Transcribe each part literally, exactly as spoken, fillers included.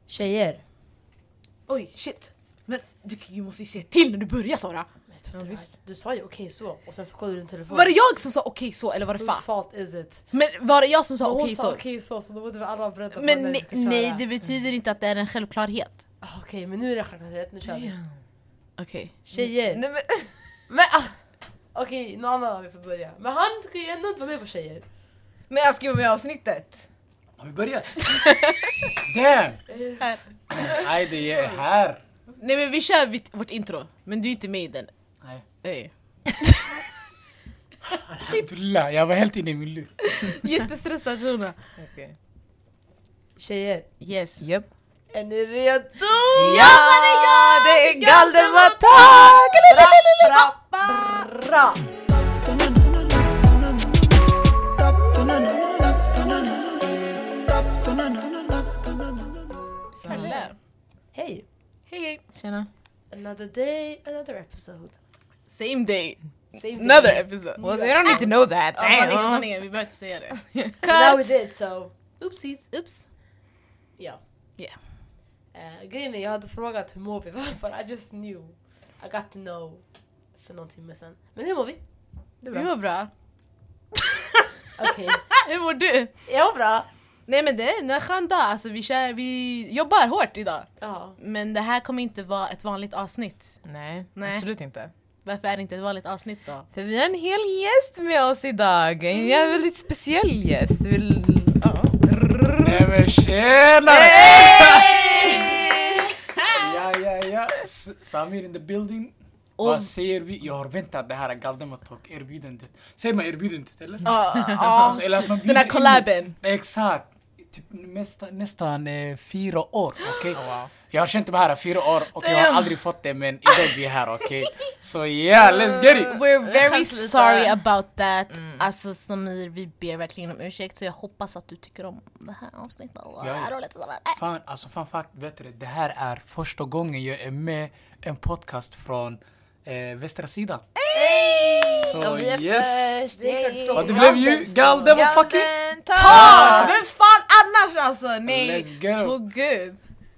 Tjejer. Oj, shit. Men du, du måste ju se till när du börjar, Sara. Ja, visst. Du sa ju okej okay, så. Och sen så kollade du din telefon. Var det jag som sa okej okay, så eller var det Whose Fa? fault is it? Men var det jag som sa okej okay, så? okej okay, så, så då borde vi alla vara beredda på Men när vi nej, ska köra. nej, det betyder inte att det är en självklarhet. Ah, okej, okay, men nu är det självklart. Nu kör vi. Okej. Okay. Tjejer. Nej, men Men ah, okej, okay, någon annan vi får börja. Men han ska ju ändå inte vara med på tjejer. men jag ska vara med i avsnittet. Har vi börjat? Damn! Här. Nej, det är här. Nej, men vi kör vid, vårt intro. Men du är inte med i den. Nej. Nej. Alhamdulillah, jag var helt inne i min lur. Jättestressad, Jona. Okej. Tjejer. Yes. Japp. Är ni redo? Ja, det är Galdematag! Bra, bra, bra. Snälla. Hej. Hej, hej. Tjena. Another day, another episode. Same day. Same day. Another episode. Well, they don't need to know that. Ja, sanningen, Damn. sanningen. Vi behöver inte säga det. But now we Cut. did, so... Oopsies. Oops. Ja. Yeah. Uh, grejen är, jag hade frågat hur mår vi var, but I just knew. I got to know för någon timme sen. Men hur mår vi? Det är Vi bra. mår bra. Okej. Hur mår du? Jag mår bra. Nej, men det är en skön dag. Alltså, vi, kör, vi jobbar hårt idag. Ja. Men det här kommer inte vara ett vanligt avsnitt. Nej, Nej. absolut inte. Varför är det inte ett vanligt avsnitt då? För vi har en hel gäst med oss idag. En väldigt speciell gäst. Vill... Ja. Nej men tjena! Ja, ja, ja. S- Samir in the building. Och- Vad säger vi? Jag har väntat det här Galdematag erbjudandet. Säger man erbjudandet eller? Ja, Alltså, eller att man den bjuder här in- collaben. Exakt. Typ nästan, nästan eh, fyra år, okej? Oh, wow. Jag har känt mig här i fyra år och jag har aldrig fått det, men idag är vi här, okej? Så yeah, let's get it! We're very Skämt lite. sorry about that. Alltså Samir, vi ber verkligen om ursäkt. Så jag hoppas att du tycker om det här avsnittet. Ja, ja. Fan, alltså fan fakt, vet du, det här är första gången jag är med en podcast från eh, västra sidan. Så Och vi är yes! först. Yay. Och det blev ju Galdem och fucking Ta! Vem fan annars alltså? Nej, Let's go. på gud.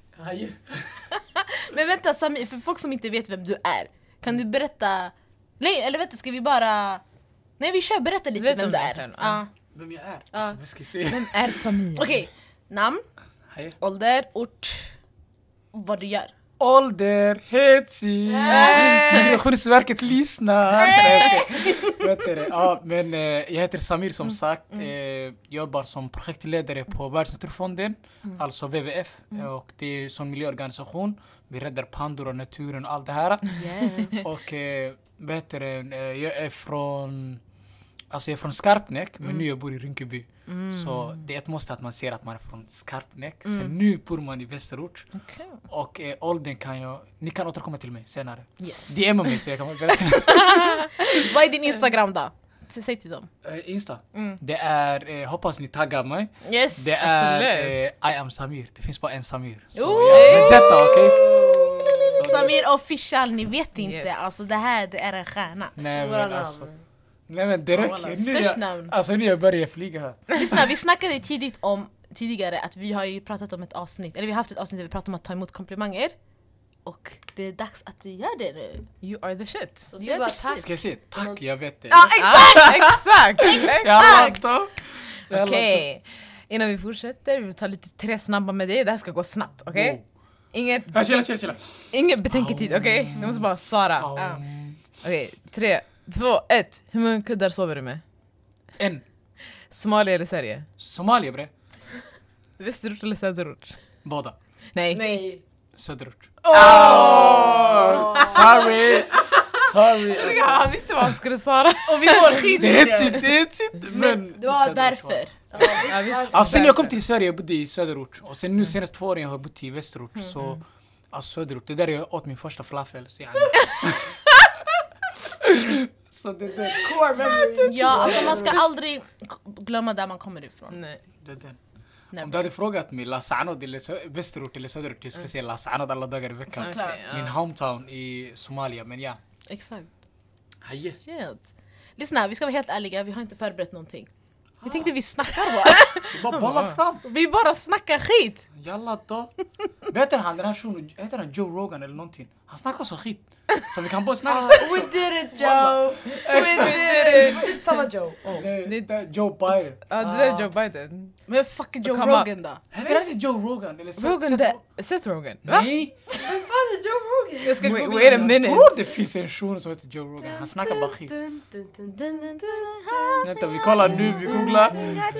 Men vänta Samir, för folk som inte vet vem du är, kan du berätta? Nej, eller vänta, ska vi bara... Nej, vi kör, berätta lite Vet vem om du dig är. själv, Ja. ja. Vem jag är? Ja. Alltså, vad ska jag säga? Vem är Samir? Okej, namn, Hej. ålder, ort, vad du gör. Ålder, hetsi, Migrationsverket lyssnar. Vet du det? Ja, men eh, jag heter Samir som sagt. Eh, jobbar som projektledare på Världsnaturfonden, alltså W W F. Och det är som miljöorganisation. Vi räddar pandor och naturen och allt det här. Yes. Och eh, vet du det, eh, jag är från... Alltså jag är från Skarpnäck, men nu jag bor i Rinkeby. Så det är ett måste att man ser att man är från Skarpnäck. Sen nu bor man i Västerort. Okay. Och eh, åldern kan jag... Ni kan återkomma till mig senare. Yes. D M mig så jag kan berätta. Vad är din Instagram då? S- Säg till dem. Eh, Insta. Mm. Det är... Eh, hoppas ni taggar mig. Yes. Det är... absolut. Eh, I am Samir. Det finns bara en Samir. Så Ooh. ja, men sätta, okej? Så- Samir official, ni vet inte. Yes. Alltså det här, det är en stjärna. Nej Stora men alltså... namn. Nej men det Ja, räcker. wallah. Nu Störst jag, namn. alltså nu jag börjar flyga här. Lyssna, vi snackade tidigt om, tidigare att vi har ju pratat om ett avsnitt, eller vi har haft ett avsnitt där vi pratat om att ta emot komplimanger. Och det är dags att vi gör det nu. You are the shit. Så Ja, säg bara det- tack. Ska jag säga tack? Jag vet det. Ja, exakt! Ah, exakt! Exakt! Okej, innan vi fortsätter, vi vill ta lite tre snabba med dig. Det här ska gå snabbt, okej? Wow. Inget, Ja, chilla, chilla, chilla. ingen betänketid, okej? Du måste bara svara. Ja. Okej, tre, två, ett. Hur många kuddar sover du med? En. Somalia eller Sverige? Somalia bre. Västerort eller söderort? Båda. Nej. Nej. Söderort. Oh! Sorry! Sorry! Ja, Alltså. han visste vad han skulle svara. Och vi mår skit. Det är hetsigt, det är hetsigt. Men Men det var Söderort därför. Ja, Ja, visst, visst. varför? Alltså sen jag kom till Sverige, jag bodde i söderort. Och sen nu senaste två åren har jag bott i västerort. Så, alltså söderort, det är där jag åt min första falafel. Så, yani. Så det där, Core memories. Ja, alltså man ska aldrig k- glömma där man kommer ifrån. Nej. det där. Nej. Om du hade frågat mig Las Anod eller sö- västerort eller söderort, jag skulle säga Las Anod alla dagar i veckan. Såklart. Okej, ja. Min hometown i Somalia, men ja. Exakt. Haje. Shit. Lyssna, vi ska vara helt ärliga, vi har inte förberett någonting. Vi tänkte vi snackar bara. Vi bara bollar fram. Vi bara snackar skit. Jalla då. Vet du han den här shunon, heter han Joe Rogan eller någonting? Han snackar så skit. Så vi kan bara snacka. We did it Joe! We did it! Samma Joe. Oh. Det det är Joe Biden. Ja, det där är Joe Biden. Men fucking Joe Come on. Rogan då. Heter han inte Joe Rogan? Eller Seth- Rogan, Seth- det, Seth Rogan. Va? Nej! Vem fan är Joe Rogan? Jag ska Wait- googla wait a det. minute. Jag tror det finns en shuno som heter Joe Rogan. Han snackar bara skit. Dun, dun, dun, dun, dun, dun. Vänta, vi kollar nu, vi googlar.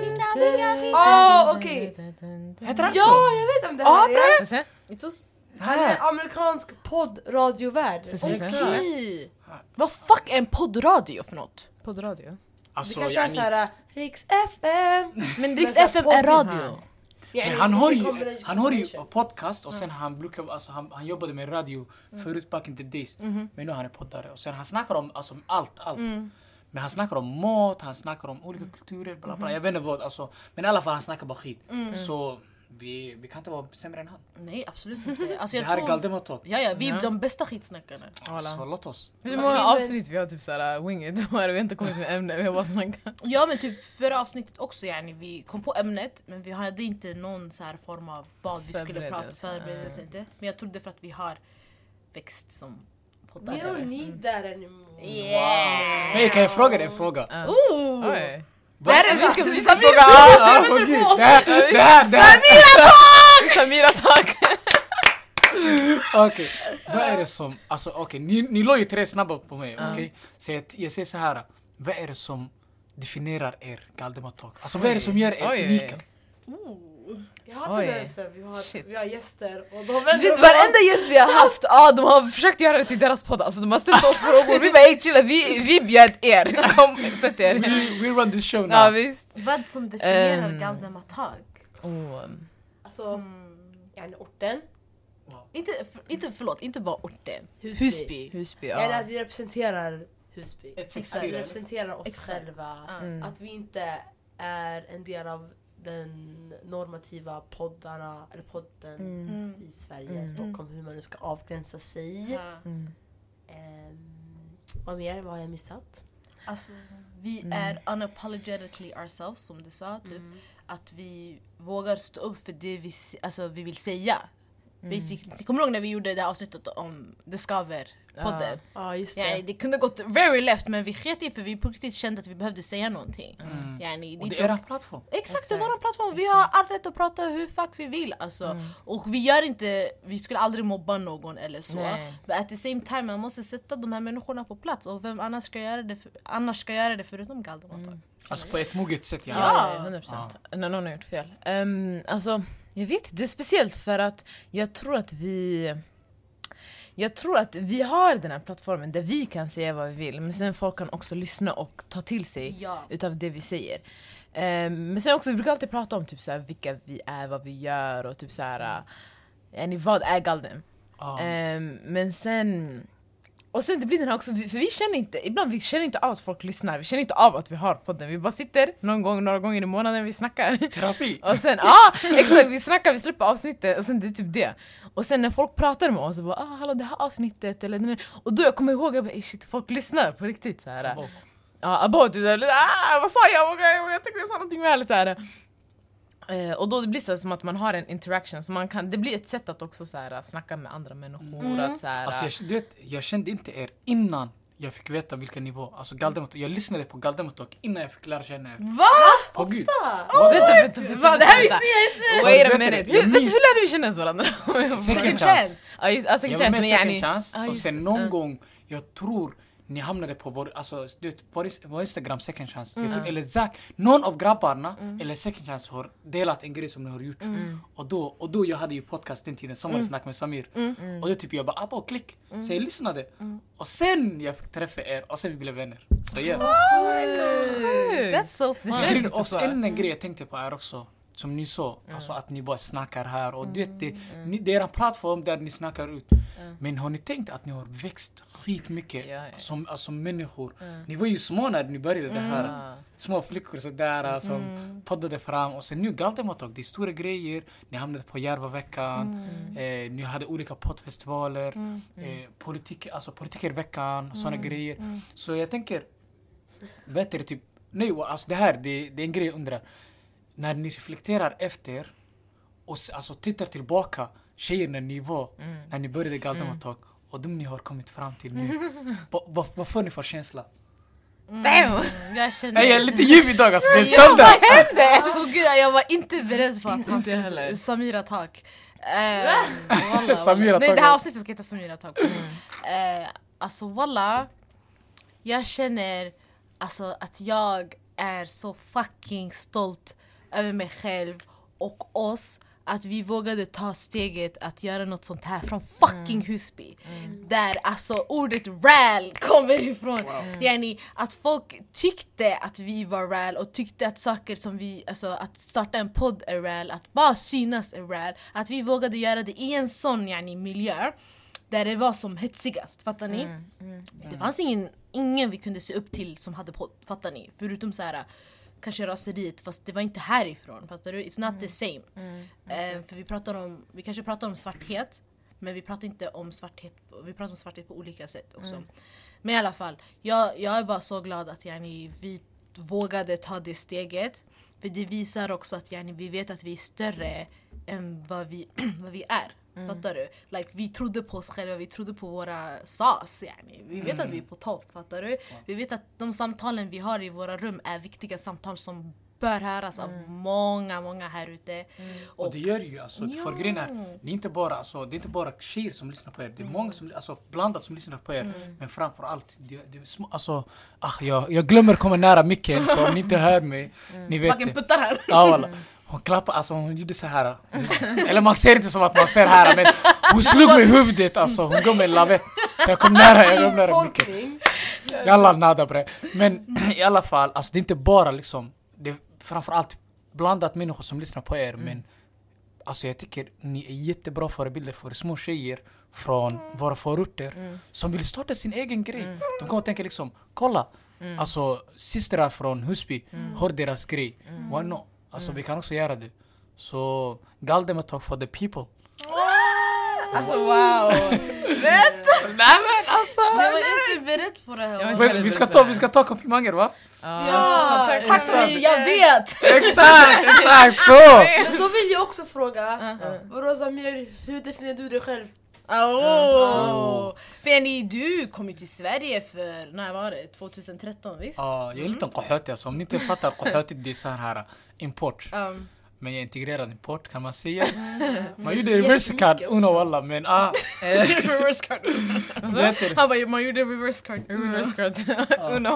Åh, okej. Heter han Ja, så? jag vet om det här är. Får se? Itos? Han är amerikansk poddradiovärd. Precis. Okej. Vad fuck är en poddradio för något? Poddradio. Vi Alltså, kan köra yani, såhär Riks F M. Men Riks så här F M är podd- radio. men han har ju, han har ju podcast och sen han brukar, alltså han, han jobbade med radio förut back in the days. Men nu han är poddare och sen han snackar om alltså, allt, allt. Men han snackar om mat, han snackar om olika kulturer, bla bla. Jag vet inte vad, alltså. Men i alla fall han snackar bara skit. Så vi, vi kan inte vara sämre än han. Nej, absolut inte. Alltså, Det jag här är tror... Galdemar Talk. Ja, ja, vi är Ja. de bästa skitsnackarna. Så låt oss. Hur många avsnitt vi har typ såhär wing it, vi har inte kommit med ämne, vi har bara snackat. Ja, men typ förra avsnittet också, yani, vi kom på ämnet, men vi hade inte någon så här form av vad vi skulle prata, Förberedelse. förberedelse inte. Men jag trodde för att vi har växt som We poddare. don't need that anymore. Yeah! Men kan jag fråga dig en fråga? Ja. Ooh! Oj. Det här är, vi ska, vi ska Samira, fråga! Ah, åh, gud. Det här, det här, det här. Samira tack! Okej, vad är det som, alltså okej, ni, ni låg ju tre snabba på mig, okej? Så jag, jag säger så här, vad är det som definierar er Galdemar Talk? Alltså vad är det som gör er Oj, oj, unika? Jag hatar Oj. det så här, vi har, Shit. vi har gäster och de Vet, vänder varenda gäst vi har haft, ah, de har försökt göra det till deras podd, alltså de har ställt oss frågor, vi bara ey chilla, vi, vi bjöd er, kom sätt er. We, we run this show now. Ja visst. Vad som definierar Ehm. Galdemar Talk? Oh. Alltså, Mm. yani orten. Inte, för, inte, förlåt, inte bara orten. Husby. Husby. Husby, Yani ja. att vi representerar Husby. Ett Att sexfyra. vi representerar oss Exakt. själva. Mm. Att vi inte är en del av den normativa poddarna, eller podden Mm. i Sverige, Mm. Stockholm, hur man nu ska avgränsa sig. Mm. Ehm, vad mer? Vad har jag missat? Alltså, vi Mm. är unapologetically ourselves, som du sa. Typ. Att vi vågar stå upp för det vi, s- alltså, vi vill säga. Basically. Jag kommer ihåg när vi gjorde det här avsnittet om Det Skaver podden. Ja, just det. Yani, det kunde gått very left, men vi sket i för vi på riktigt kände att vi behövde säga någonting. Mm. Yani, Och det inte- är er plattform. Exakt, det är Exakt. vår plattform. Vi har all rätt att prata hur fuck vi vill. Alltså. Mm. Och vi gör inte, vi skulle aldrig mobba någon eller så. Nej. Men at the same time, man måste sätta de här människorna på plats. Och vem annars ska göra det, för, annars ska göra det förutom Galdemar Talk? Alltså på ett moget sätt, ja. Ja, ja, hundra procent. När någon har gjort fel. Um, alltså, jag vet inte, det är speciellt för att jag tror att vi... Jag tror att vi har den här plattformen där vi kan säga vad vi vill, men sen folk kan också lyssna och ta till sig Ja. utav det vi säger. Um, men sen också, vi brukar alltid prata om typ såhär, vilka vi är, vad vi gör och typ såhär, uh, vad är Galdem? Ja. Um, men sen... Och sen det blir den här också, för vi känner inte, ibland vi känner inte av att folk lyssnar, vi känner inte av att vi har podden, vi bara sitter någon gång, några gånger i månaden, vi snackar. Terapi. Och sen, ja ah, exakt, vi snackar, vi släpper avsnittet och sen det är typ det. Och sen när folk pratar med oss så bara, ah hallå det här avsnittet eller den, och då jag kommer ihåg, jag bara, "Ey, shit, folk lyssnar på riktigt så här. Ja, about it, eller, ah vad sa jag, okay, jag tycker jag sa någonting väl så här. Eh, och då det blir så här, som att man har en interaction, så man kan, det blir ett sätt att också så här, snacka med andra människor. Mm. Att, så här, Alltså jag, du vet, jag kände inte er innan jag fick veta vilken nivå. Alltså Galdemar Talk, jag lyssnade på Galdemar Talk innan jag fick lära känna er. Va? På gud. Ah, vänta, vänta, vänta, Va? Det här vänta. visste jag inte! Wait a Vet du minute, det? hur, Jag vet du, minns- hur lärde vi känna oss varandra? Second chance. Ja, just, alltså, Jag second var med chance, men second yani- chance Ja, och just sen det. någon Ja. gång, jag tror ni hamnade på vår, alltså du vet, på ins- vår Instagram second chance. Mm. Jag tror, eller Zack, någon av grabbarna eller second chance har delat en grej som ni har gjort. Mm. Och, då, och då jag hade ju podcast den tiden, Sommarsnack med Samir. Mm. Och då typ jag bara, abba och klick. Så jag lyssnade. Och sen jag fick träffa er och sen vi blev vänner. Så ja. That's so Det fun. känns- Grej- lite och så. en, en grej jag tänkte på är också, som ni sa, alltså att ni bara snackar här och du vet, det, ni, det är en plattform där ni snackar ut. Men har ni tänkt att ni har växt skitmycket Ja, ja. som alltså, människor? Ni var ju små när ni började det här. Ja. Små flickor sådär som poddade fram och sen nu Galdemar Talk, det är stora grejer. Ni hamnade på Järvaveckan, eh, ni hade olika poddfestivaler, eh, politik, alltså politikerveckan, sådana grejer. Så jag tänker, vet du, typ nej, alltså det här, det, det är en grej jag undrar. När ni reflekterar efter och s- alltså tittar tillbaka, tjejer när ni var, Mm. när ni började Galdematalk och de ni har kommit fram till nu. Va- va- Vad får ni för känsla? Damn! Jag känner... Nej, jag är lite djup idag alltså, det är söndag! Åh gud, jag var inte beredd på att han Inte jag heller. skulle... Samira Tak. Eh, walla, Samira walla. Nej, Tak. det här avsnittet ska heta Samira Tak. Eh, alltså walla, jag känner alltså, att jag är så fucking stolt över mig själv och oss. Att vi vågade ta steget att göra något sånt här från fucking Husby. Där alltså ordet räl kommer ifrån. Yani, att folk tyckte att vi var räl och tyckte att saker som vi, alltså att starta en podd är räl, att bara synas är räl. Att vi vågade göra det i en sån yani, miljö där det var som hetsigast, fattar ni? Det fanns ingen, ingen vi kunde se upp till som hade podd, fattar ni? Förutom så här kanske raseriet, fast det var inte härifrån, fattar du? It's not mm. the same. Mm, eh, för vi pratar om, vi kanske pratar om svarthet, men vi pratar inte om svarthet, vi pratar om svarthet på olika sätt också. Mm. Men i alla fall, jag, jag är bara så glad att yani, vi vågade ta det steget. För det visar också att yani, vi vet att vi är större än vad vi, vad vi är. Mm. Fattar du? Like, vi trodde på oss själva, vi trodde på våra sas. Yani. Vi vet mm. att vi är på topp, fattar du? Wow. Vi vet att de samtalen vi har i våra rum är viktiga samtal som bör höras mm. av många, många här ute. Mm. Och, och det gör ju, alltså, ja. för grejen är, det är inte bara, alltså, det är inte bara tjejer som lyssnar på er. Det är mm. många som, alltså, blandat som lyssnar på er. Mm. Men framförallt, det, det är små, alltså, ah, jag, jag glömmer komma nära micken så om ni inte hör mig, mm. ni vet det. Puttar här. Ja, voilà. Hon klappade, alltså hon gjorde så här. Eller man ser inte som att man ser här, men hon slog mig i huvudet, alltså hon gav mig en lavett. Så jag kom nära, jag kom nära mycket. Jalla nada bre. Men i alla fall, alltså det är inte bara liksom, det är framförallt blandat människor som lyssnar på er, mm. men alltså jag tycker ni är jättebra förebilder för små tjejer från mm. våra förorter mm. som vill starta sin egen grej. Mm. De kommer att tänka liksom, kolla, mm. alltså systrar från Husby mm. har deras grej. Mm. Why not? Alltså mm. vi kan också göra det. Så Galdematalk for the people. Wow. Alltså wow. Vet? Nej men alltså. Jag var inte beredd på det här. Men, vi ska ta vi ska ta komplimanger va? Ja, ja tack, tack så mycket. Jag vet. Exakt, exakt så. Men då vill jag också fråga, uh-huh. vadå Samir, hur definierar du dig själv? Oh. Oh. För ni, du kom ju till Sverige för, när var det? tjugohundratretton, visst? Ja, jag är lite en kohöti alltså. Om ni inte fattar kohöti, det är sån här import. Um. Men jag integrerad import kan man säga. Man gjorde reverse card, uno walla, men ah. reverse card. Han bara, man gjorde reverse card. Reverse card, uno.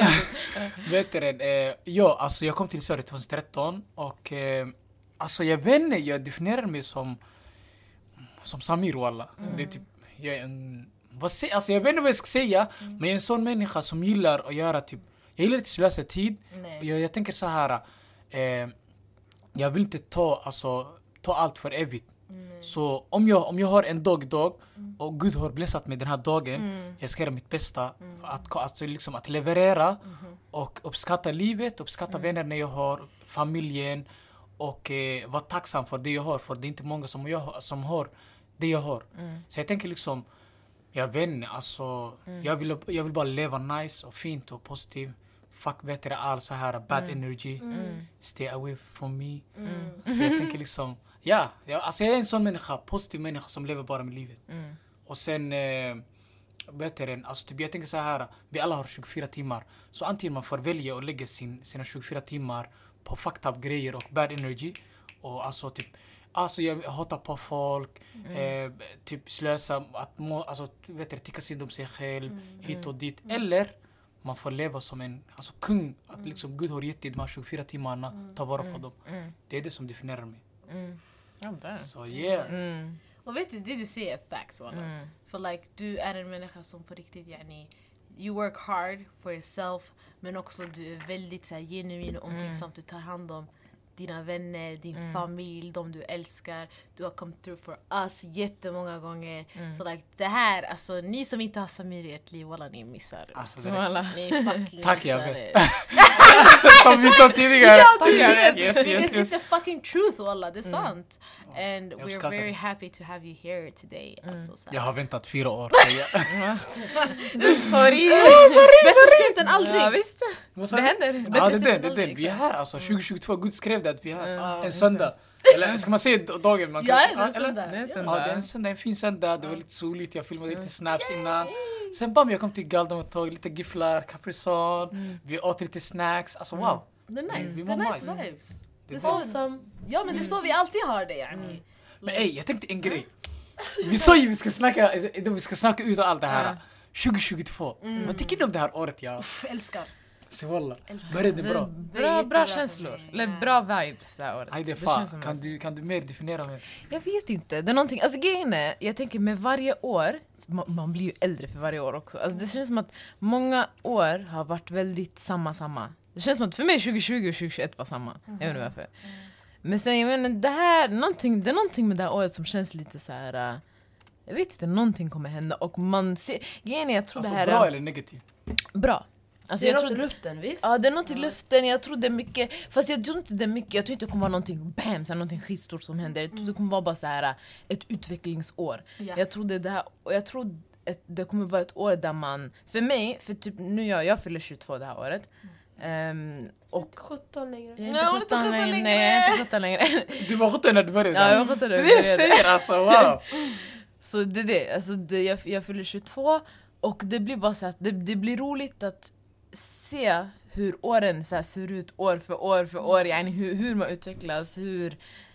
Vet du den, eh, ja, alltså jag kom till Sverige tjugohundratretton och eh, alltså jag vet inte, jag definierar mig som som Samir walla. Mm. Det är typ, jag är en, vad säger, alltså jag vet inte vad jag ska säga, mm. men jag är en sån människa som gillar att göra typ, jag gillar inte slösa tid. Jag, jag tänker så här, eh, jag vill inte ta, alltså, ta allt för evigt. Mm. Så om jag, om jag har en dag idag mm. och Gud har blessat mig den här dagen, mm. jag ska göra mitt bästa mm. att, alltså, liksom, att leverera mm. och uppskatta livet, uppskatta mm. vänner när jag har, familjen och eh, vara tacksam för det jag har, för det är inte många som, jag, som har det jag har. Mm. Så jag tänker liksom, jag vet inte, alltså, mm. jag, vill, jag vill bara leva nice och fint och positiv. Fuck vet det all så här bad mm. energy. Mm. Stay away from me. Mm. Så jag tänker liksom, ja, jag, alltså jag är en sån människa, positiv människa som lever bara med livet. Mm. Och sen, eh, vet det, alltså typ, jag tänker så här, vi alla har tjugofyra timmar. Så antingen man får välja att lägga sin, sina tjugofyra timmar på fucked up grejer och bad energy. Och alltså typ, alltså jag hatar på folk, mm. eh, typ slösa, att må, alltså vet det, tycka synd om sig själv, mm. hit och dit. Mm. Eller man får leva som en alltså, kung. Att mm. liksom, Gud har gett dig de här tjugofyra timmarna. Mm. Ta vara på mm. dem. Mm. Det är det som definierar mig. Mm. Ja, där. Så yeah. Mm. Och vet du, det du säger är facts. Mm. För like, du är en människa som på riktigt, yani, you work hard for yourself. Men också du är väldigt så här, genuin och omtänksam. Mm. Du tar hand om dina vänner, din Mm. familj, de du älskar. Du har come through for us jättemånga gånger. Mm. Så like, det här, alltså ni som inte har Samir i ert liv, walla ni missar. Alltså, Så det är alla. Ni fucking Tack, jag missar vet. det. som vi sa tidigare. Tack, jag vet. Yes, Because yes, it's yes. the fucking truth, walla. Det är sant. And jag we're uppskattar very det. happy to have you here today. Alltså, så här. Jag har väntat fyra år. Så jag... Sorry! Bättre sent än aldrig. Ja, visst. Vad sa Det du? händer. Ja, det Bättre är sent den, än det är den. aldrig, Vi är exakt. här alltså. tjugo tjugotvå, Gud skrev det att vi är här. Ja, En söndag. Eller ska man säga d- dagen? Man Ja, kanske- det är en eller? söndag. Det är en Ja. söndag. Ja, det är en söndag, en fin söndag. Det var lite soligt, jag filmade lite snaps innan. Sen bam, jag kom till Galdem och tog lite gifflar, Capri-Sun. Vi åt lite snacks. Alltså wow. Det är nice. Mm, vi Det är mår nice nice. vibes. Det är så- bra. Awesome. Ja, men det är så vi alltid har det, yani. Men ey, jag tänkte en grej. Vi sa ju vi ska snacka, vi ska snacka ut allt det här. tjugo tjugotvå. Vad tycker du om det här året? Ja, Pff, älskar. så walla. Älskar. Började Det är bra. Det är Bra, jättebra bra för känslor. mig. Eller Ja. bra vibes det här året. Aj, det är Det fan. känns som Kan att- du, kan du mer definiera mer? Jag vet inte. Det är någonting, alltså grejen är, jag tänker med varje år, man, man blir ju äldre för varje år också. Alltså det känns som att många år har varit väldigt samma, samma. Det känns som att för mig tjugo tjugo och tjugo tjugoett var samma. Jag vet inte varför. Men sen, jag menar, det här, någonting, det är någonting med det här året som känns lite så här. Uh, jag vet inte, någonting kommer hända och man ser, grejen är, jag tror Alltså det här bra är eller negativt? bra. Alltså Det är jag något tror i luften, visst? Ja, det är något i luften, jag tror det är mycket, fast jag tror inte det är mycket, jag tror inte det kommer vara någonting bam, så här, någonting skitstort som händer. Jag tror det kommer vara bara så här ett utvecklingsår. Ja. Jag tror det, det här, och jag tror att det kommer vara ett år där man, för mig, för typ nu jag, jag fyller tjugotvå det här året. Um, och sjutton längre. jag är Nej, hon är inte inte sjutton sjutton längre, längre. nej jag är inte sjutton längre. Du var sjutton när du började? Ja, jag var sjutton Det när är jag det jag började. säger alltså, wow! Så det är det, alltså det, jag, jag fyller tjugotvå och det blir bara så att det, det blir roligt att se hur åren så här ser ut år för år för år, yani hur, hur man utvecklas, hur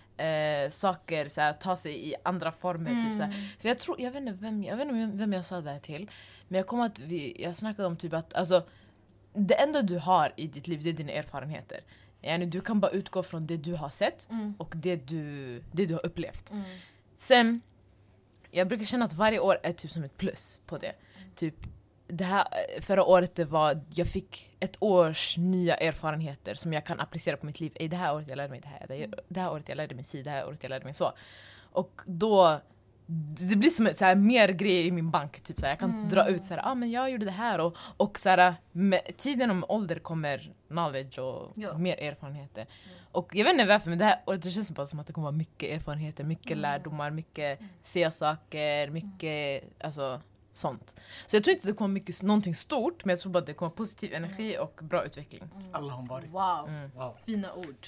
eh, saker så här, tar sig i andra former. Mm. Typ, så här. För jag tror, jag vet inte vem jag, vet inte vem jag sa det här till, men jag kommer att vi, jag snackade om typ att alltså, det enda du har i ditt liv, det är dina erfarenheter. Yani, du kan bara utgå från det du har sett Mm. och det du, det du har upplevt. Mm. Sen, jag brukar känna att varje år är typ som ett plus på det. Typ, det här, förra året det var, jag fick ett års nya erfarenheter som jag kan applicera på mitt liv. Ey, det här året jag lärde mig det här, det, det här året jag lärde mig si, det här året jag lärde mig så. Och då, det blir som ett, så här, mer grejer i min bank. Typ, så här, jag kan Mm. dra ut så här, ah, men jag gjorde det här. Och, och så här, med tiden och med ålder kommer knowledge och Ja. mer erfarenheter. Och jag vet inte varför, men det här året det känns bara som att det kommer vara mycket erfarenheter, mycket Mm. lärdomar, mycket se saker, mycket alltså, sånt. Så jag tror inte det kommer mycket, någonting stort, men jag tror bara att det kommer positiv energi och bra utveckling. Alla har varit. Wow, Mm. Wow. fina ord.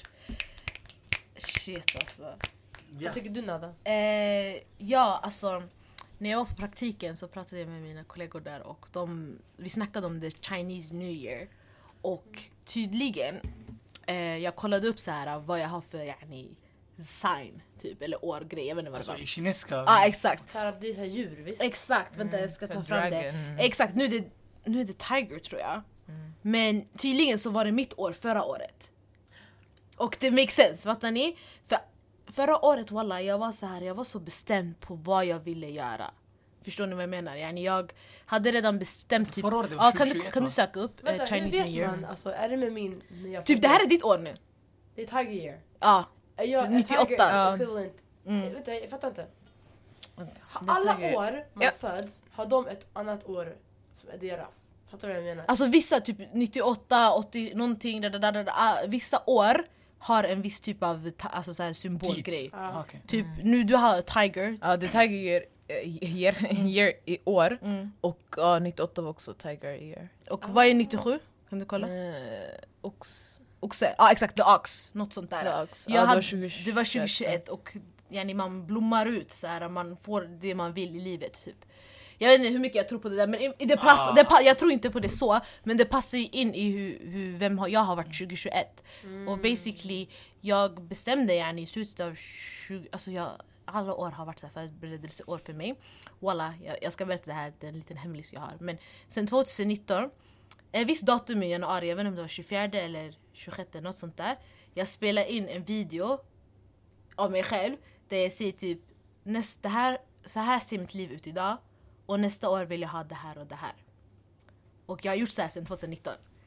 Shit alltså. Ja. Vad tycker du, Nada? Eh, ja, alltså när jag var på praktiken så pratade jag med mina kollegor där och de, vi snackade om the Chinese New Year. Och tydligen, eh, jag kollade upp så här vad jag har för yani, sign, typ, eller årgrej, jag vet inte vad det Alltså var. i kinesiska... Ja, ah, exakt. För att det är djur, visst? Exakt, vänta jag ska så ta fram det. dragon, mm. Exakt, nu är det, nu är det Tiger tror jag. Men tydligen så var det mitt år förra året. Och det makes sense, fattar ni? För förra året walla, jag var så här, jag var så bestämd på vad jag ville göra. Förstår ni vad jag menar? Yani jag hade redan bestämt typ... Förra året, det var Ja, kan, du, tjugohundratjugoett, kan va? du söka upp eh, Vänta, hur Chinese New vet Year? man? Alltså, är det med min nya Typ det här är födelse? ditt år nu. Det är Tiger year. Ja. Är jag nittioåtta? Tiger Ja. equivalent? Mm. Vänta, jag fattar inte. Det Alla Tiger- år man Ja. föds har de ett annat år som är deras. Fattar du vad jag menar? Alltså vissa typ nittioåtta, åttio någonting, da, da, da, da, da, ah, vissa år har en viss typ av ta, alltså så här symbolgrej. Ja. Okej. Typ nu du har Tiger. Ja, det är Tiger year, eh, year, year i år. Mm. Och ja, nittioåtta var också Tiger year. Och vad är nittiosju? Kan du kolla? Eh, ox. Oxe. Ja exakt, the ox. Något sånt där. Ja, ox. Jag Ja, det var hade, tjugo- det var tjugohundratjugoett och yani, man blommar ut så här, man får det man vill i livet typ. Jag vet inte hur mycket jag tror på det där men i- det pass, Ah. det pa, jag tror inte på det så men det passar ju in i hur, hur, vem har, jag har varit tjugohundratjugoett. Och basically jag bestämde yani, i slutet av tjugo, alltså jag, alla år har varit så här förberedelseår för mig. Walla, jag, jag ska berätta det här, det är en liten hemlis jag har. Men sen tjugonitton, en viss datum i januari, jag vet inte om det var tjugofjärde eller tjugosjätte, något sånt där. Jag spelade in en video av mig själv där jag säger typ nästa här, så här ser mitt liv ut idag och nästa år vill jag ha det här och det här. Och jag har gjort så här sedan tjugonitton.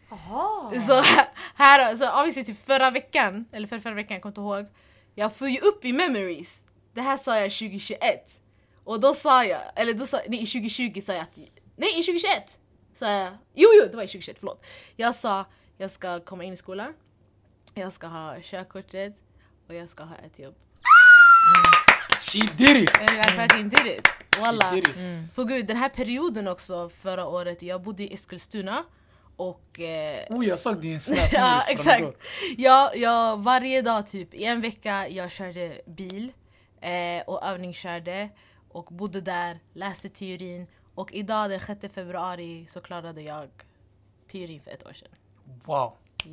Aha. Så här, så obviously till förra veckan, eller för förra veckan, jag kommer inte ihåg. Jag får ju upp i memories. Det här sa jag tjugo tjugoett. Och då sa jag, eller då sa, nej, i tjugo tjugo sa jag att, nej i tjugo tjugoett sa jag, jo jo det var i tjugo tjugoett, förlåt. Jag sa, jag ska komma in i skolan, jag ska ha körkortet och jag ska ha ett jobb. She did it! And I fucking did it. Walla. She did it. För gud, den här perioden också förra året, jag bodde i Eskilstuna. Och... Eh, Oh, jag såg din snap. ja, exakt. Jag, jag, varje dag typ, i en vecka, jag körde bil eh, och övningskörde. Och bodde där, läste teorin. Och idag den sjätte februari så klarade jag teorin för ett år sedan. Wow.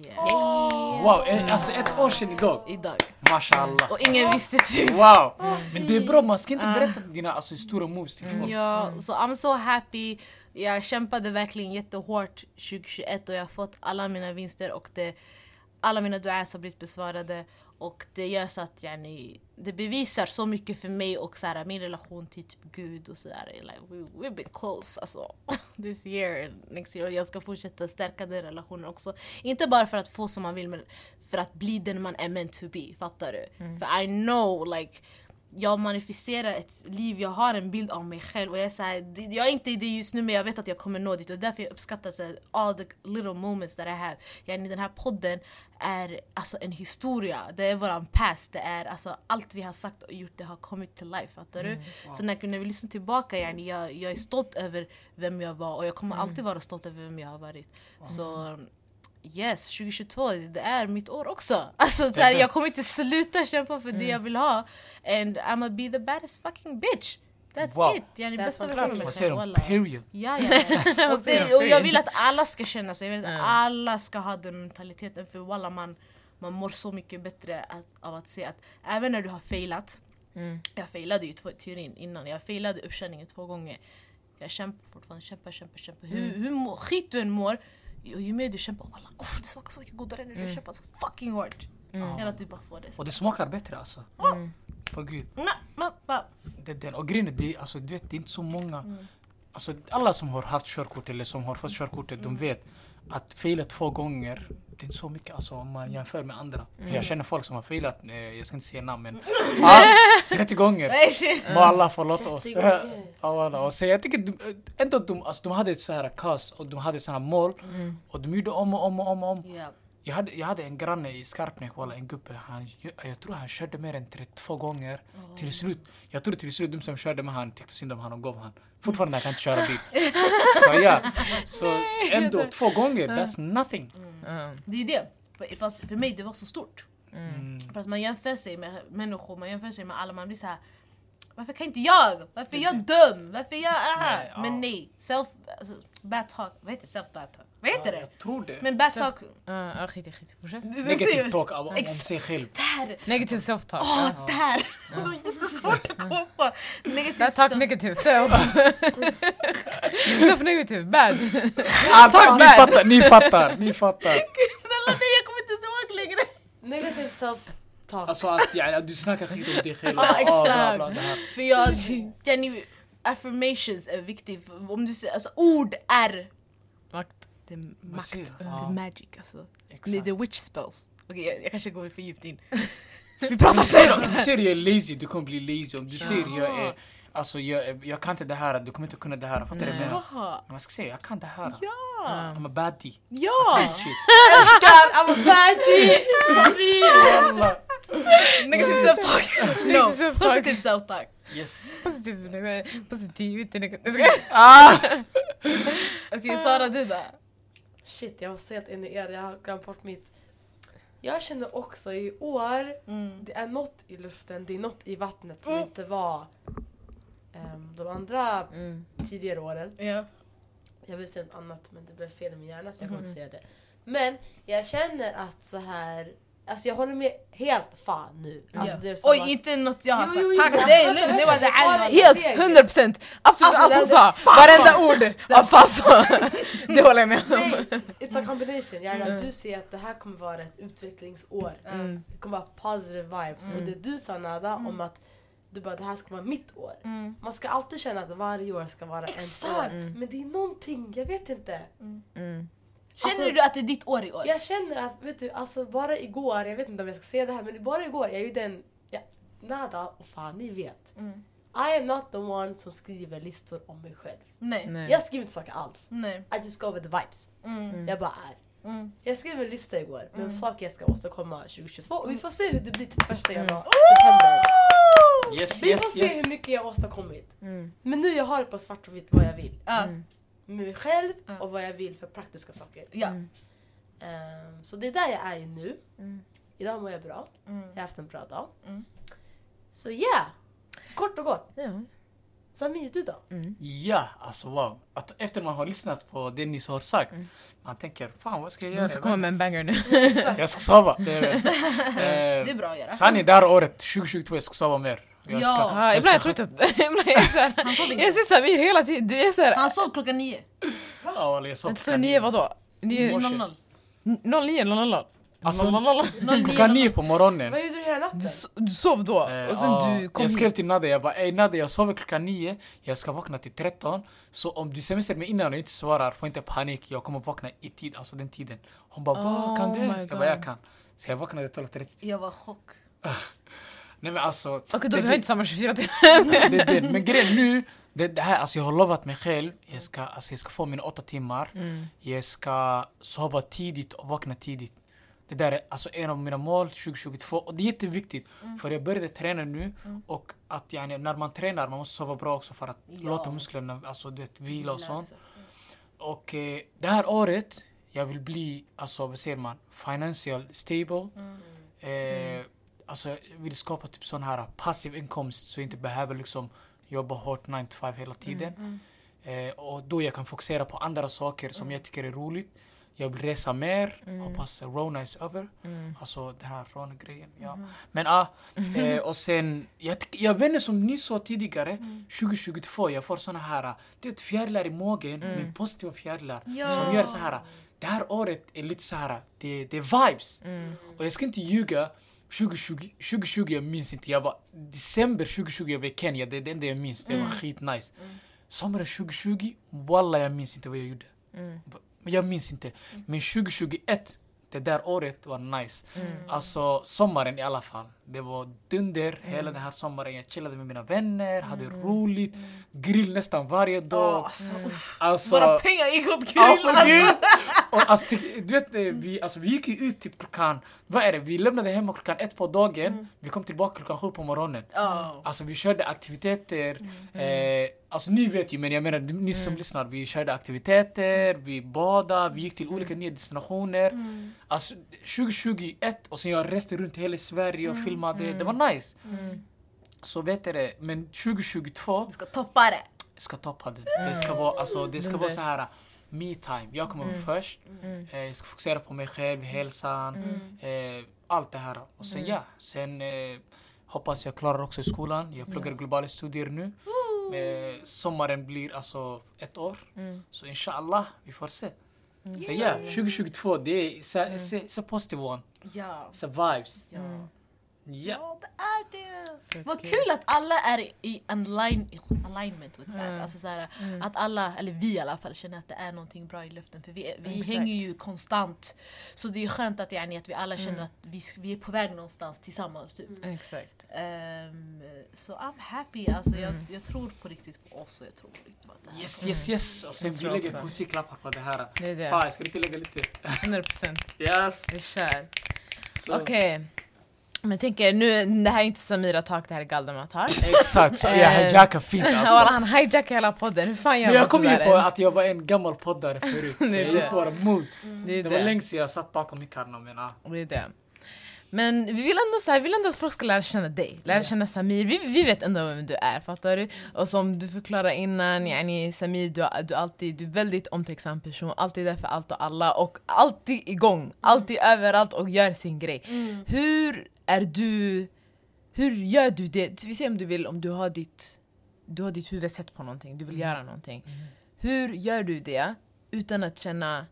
Yeah. Wow, eh, alltså ett år sedan idag. Idag. Mashallah. Och ingen visste typ. Wow. Men det är bra, man ska inte berätta dina alltså, stora moves till folk. Ja, så I'm so happy. Jag kämpade verkligen jättehårt tjugo tjugoett och jag har fått alla mina vinster och det, alla mina duas har blivit besvarade. Och det gör så att yani, det bevisar så mycket för mig och så här, min relation till typ Gud och sådär. Like, we, we've been close alltså, this year and next year. Och jag ska fortsätta stärka den relationen också. Inte bara för att få som man vill, men för att bli den man är meant to be. Fattar du? Mm. För I know like jag manifesterar ett liv, jag har en bild av mig själv och jag är så här, jag är inte i det just nu men jag vet att jag kommer nå dit och därför jag uppskattar så här, all the little moments that I have. Yani, den här podden är alltså en historia, det är våran past, det är alltså allt vi har sagt och gjort, det har kommit till life, fattar du? Mm, wow. Så när, när vi lyssnar tillbaka, yani, jag, jag är stolt över vem jag var och jag kommer mm. alltid vara stolt över vem jag har varit. Wow. Så yes, tjugo tjugotvå, det är mitt år också. Alltså, så här, jag kommer inte sluta kämpa för mm. det jag vill ha. And I'm gonna be the baddest fucking bitch. That's wow. it. Jag är That's bästa versionen av mig själv. Vad säger de? Period. Ja, ja, ja. och, det, och jag vill att alla ska känna så. Jag vill att mm. alla ska ha den mentaliteten. För walla, man, man mår så mycket bättre att, av att se att även när du har failat. Mm. Jag failade ju två, teorin innan. Jag failade uppkörningen två gånger. Jag kämpar fortfarande. Kämpar, kämpar, kämpar. Mm. Hur, hur må, skit du än mår. Och ju mer du kämpar, wallah, oh, det smakar så mycket godare när du mm. kämpar så fucking hårt. Mm. Än att du bara får det. Så. Och det smakar bättre alltså. Mm. På gud. Na, ma, ma. Det, det, och grejen är, det, alltså, du vet, det är inte så många. Mm. Alltså, alla som har haft körkort eller som har fått körkortet, mm. de vet att faila två gånger, det är inte så mycket alltså, om man jämför med andra. Mm. För jag känner folk som har failat, eh, jag ska inte säga namn, men ah, trettio gånger. Må Allah förlåta oss. Ja, och så jag tycker de, ändå de, alltså, de hade ett så här kaos och de hade så här mål mm. och de gjorde om och om och om. Och om. Yeah. Jag, hade, jag hade en granne i Skarpnäck, en gubbe, han, jag, jag tror han körde mer än trettiotvå gånger. Oh. Till slut, jag tror till slut de som körde med han tyckte synd om han och gav han. Fortfarande kan inte köra bil. Så ja, så ändå två gånger, that's nothing. Mm. Det är det, fast för mig det var så stort. Mm. För att man jämför sig med människor, man jämför sig med alla, man blir så här. Varför kan inte jag? Varför är jag dum? Varför är jag... Ah. Nej, ja. Men nej, self... Alltså, bad talk. Vad heter det? Self bad talk. Vad heter ja, det? Jag tror det. Men bad talk... Ja, uh, skit i skit. Fortsätt. Negativ talk om, om sig själv. Där! Negativ self-talk. Åh, oh, där! Det var jättesvårt att komma på. Negativ bad talk, negativ self. Self negativ, bad. Ah, talk, ni fattar, ni fattar, ni fattar. Snälla nej, jag kommer inte ihåg längre. Negativ self talk. Alltså att ja, du snackar skit om dig själv. Ja, exakt. För jag, jag affirmations är viktigt. Om du säger, alltså ord är makt. Det är makt. Det är magic alltså. Det är the witch spells. Okej, okay, jag, jag kanske går för djupt in. Vi pratar sen om det. Om du säger jag är lazy, du kommer bli lazy. Om du säger jag är alltså jag, jag kan inte det här, du kommer inte kunna det här. Fattar du vad jag menar? Man ska säga jag kan det här. Ja. I'm a baddie. Ja. Älskar, I'm a baddie. Negativ self-talk. No, positiv self-talk. Yes. Positiv, positiv, inte negativ. Ah! Okej, okay, Sara, du då? Shit, jag var så helt inne i er. Jag har glömt bort mitt. Jag känner också i år, mm. det är något i luften, det är något i vattnet som mm. inte var um, de andra mm. tidigare åren. Yeah. Jag vill säga något annat, men det blev fel i min hjärna så jag kommer mm. inte säga det. Men jag känner att så här, alltså jag håller med helt fan nu. Alltså yeah. det är Oj, att... inte något jag har jo, sagt. jo, jo, tack, det är lugnt. Det var det här. Helt, hundra procent. Absolut alltså, allt hon sa. Varenda ord av Faso. Det håller jag med om. Nej, it's a combination. Gärna mm. du ser att det här kommer vara ett utvecklingsår. Mm. Det kommer vara positive vibes. Mm. Och det du sa, Nada, mm. om att du bara, det här ska vara mitt år. Mm. Man ska alltid känna att varje år ska vara ett år. Mm. Men det är någonting, jag vet inte. Mm. Känner Alltså, du att det är ditt år i år? Jag känner att, vet du, alltså bara igår, jag vet inte om jag ska säga det här, men bara igår, jag gjorde en, ja, nada, och fan, ni vet. Mm. I am not the one som skriver listor om mig själv. Nej. Nej. Jag skriver inte saker alls. Nej. I just go with the vibes. Mm. Jag bara är. Mm. Jag skrev en lista igår med Mm. saker jag ska åstadkomma tjugohundratjugotvå och vi får se hur det blir till första januari, Mm. december. Yes, Vi yes, får se yes. hur mycket jag har åstadkommit. Mm. Men nu jag har det på svart och vitt vad jag vill. Ja. Mm. Med mig själv Ja. och vad jag vill för praktiska saker. Ja. Mm. Ehm, så det är där jag är i nu. Mm. Idag mår jag bra. Mm. Jag har haft en bra dag. Mm. Så ja, yeah. Kort och gott. Ja. Samir, du då? Mm. Ja, alltså wow. Att efter man har lyssnat på det ni har sagt, Mm. man tänker, fan vad ska jag Du göra? måste komma med en banger nu. Jag ska sova. Det är, Det är eh, bra att göra. sanning, det här året, tjugohundratjugotvå, jag ska sova mer. Jag Ja. ska, Ja, jag ibland jag ska, tror inte att... ibland jag är så här, Han sov inte. jag ser Samir hela tiden. Du är så här... Han sov klockan nio. Ja, walla, jag sov Men så klockan nio nio. vadå? Nio... morse. noll noll. noll nio noll noll. Alltså, noll noll. klockan nio på morgonen. Vad gjorde du hela natten? Du, so- du sov då Eh, och sen ja, du kom jag skrev hit. till Nadia, jag bara ey Nadia, jag sover klockan nio, jag ska vakna till tretton. Så om du smsar mig innan och inte svarar, får inte panik, jag kommer vakna i tid, alltså den tiden. Hon bara, Oh vad kan du? my Så jag God. bara, jag kan. Så jag vaknade tolv trettio. Jag var chock. Nej men alltså... Okej, då det- vi har det- inte samma tjugofyra timmar. det, det, men grejen nu, det, det här, alltså jag har lovat mig själv, jag ska, alltså jag ska få mina åtta timmar. Mm. Jag ska sova tidigt och vakna tidigt. Det där är alltså en av mina mål tjugohundratjugotvå och det är jätteviktigt Mm. för jag började träna nu Mm. och att yani, när man tränar man måste sova bra också för att Ja. låta musklerna alltså, du vet, vila och sånt. Läsa. Och eh, det här året jag vill bli, alltså vad säger man, financial stable. Mm. Eh, alltså jag vill skapa typ sån här passiv inkomst så jag inte behöver liksom jobba hårt nine to five hela tiden. Mm. Eh, och då jag kan fokusera på andra saker som Mm. jag tycker är roligt. Jag vill resa mer, Mm. hoppas Rona is över. Mm. Alltså den här Rona-grejen, ja. Mm. Men ja, eh, och sen, jag, tyck- jag vet inte som ni sa tidigare, Mm. tjugohundratjugotvå, jag får såna här, det är ett fjärilar i magen, Mm. med positiva fjärilar. Ja. Som gör så här, det här året är lite så här, det, det är vibes. Mm. Och jag ska inte ljuga, tjugohundratjugo, tjugohundratjugo jag minns inte, jag var, december tjugohundratjugo jag var i Kenya, det är det enda jag minns, det var Mm. skitnice. Mm. Sommaren tjugohundratjugo, wallah jag minns inte vad jag gjorde. Mm. Men jag minns inte. Men tjugohundratjugoett, det där året var nice. Mm. Alltså sommaren i alla fall. Det var dunder hela den här sommaren. Jag chillade med mina vänner, hade roligt. Grill nästan varje dag. Alltså, uff. Alltså, Bara pengar gick åt ja, grill för Gud. alltså. Och alltså, ty- du vet, eh, vi, alltså, vi gick ju ut typ klockan, vad är det? Vi lämnade hemma klockan ett på dagen. Mm. Vi kom tillbaka klockan sju på morgonen. Ja. Alltså vi körde aktiviteter. Mm. Eh, alltså ni vet ju, men jag menar ni som Mm. lyssnar. Vi körde aktiviteter, vi badade, vi gick till olika nya destinationer. Mm. Alltså tjugohundratjugoett och sen jag reste runt hela Sverige och Mm. filmade. Mm. Det var nice. Mm. Så vet du det, men tjugohundratjugotvå Du ska toppa det. ska toppa det. Det ska vara, alltså, det ska Mm. vara så här me time. Jag kommer Mm. vara först. Mm. Eh, jag ska fokusera på mig själv, hälsan, Mm. eh, allt det här. Och sen Mm. ja, sen eh, hoppas jag klarar också i skolan. Jag pluggar globala studier nu. Eh, sommaren blir alltså ett år. Mm. Så inshallah, vi får se. Mm. Så ja, tjugohundratjugotvå, det är så, Mm. så, så positive one. Ja. Så vibes. Ja. Mm. Ja. Ja, det är det. Fett Vad kul. kul att alla är i align, i alignment with that. Mm. Alltså så här, Mm. att alla, eller vi i alla fall, känner att det är någonting bra i luften. För vi, vi Exakt. hänger ju konstant. Så det är skönt att, yani, att vi alla känner Mm. att vi, vi är på väg någonstans tillsammans. Typ. Exakt. Ehm, så I'm happy. Alltså, jag, Mm. jag tror på riktigt på oss och jag tror på riktigt på att det här Yes, kommer- yes, yes. Och sen Jag vi tror lägger också. musiklappar på det här. Det är det. Fan, jag ska inte lägga lite. hundra procent. Yes. Vi kör. Så. Okej. Men jag tänker, nu, det här är inte Samira Talk, det här är Galdemar Talk. Exakt, så jag Eh, hijackar fint Walla, alltså. han hijackar hela podden, hur fan gör Men man jag kom ju sådär på ens? att jag var en gammal poddare förut. Så Det är jag det. gick bara mood. Det är Det var det. länge sedan jag satt bakom mickarna men ah. Det är det. Men vi vill ändå, så här, vi vill ändå att folk ska lära känna dig, lära Ja. känna Samir. Vi, vi vet ändå vem du är, fattar du? Och som du förklarade innan, yani, Samir, du, du, alltid, du är väldigt omtänksam person, alltid där för allt och alla och alltid igång, alltid överallt och gör sin grej. Mm. Hur är du, hur gör du det? Vi ser om du vill, om du har ditt, du har ditt huvud sett på någonting, du vill göra någonting. Hur gör du det utan att känna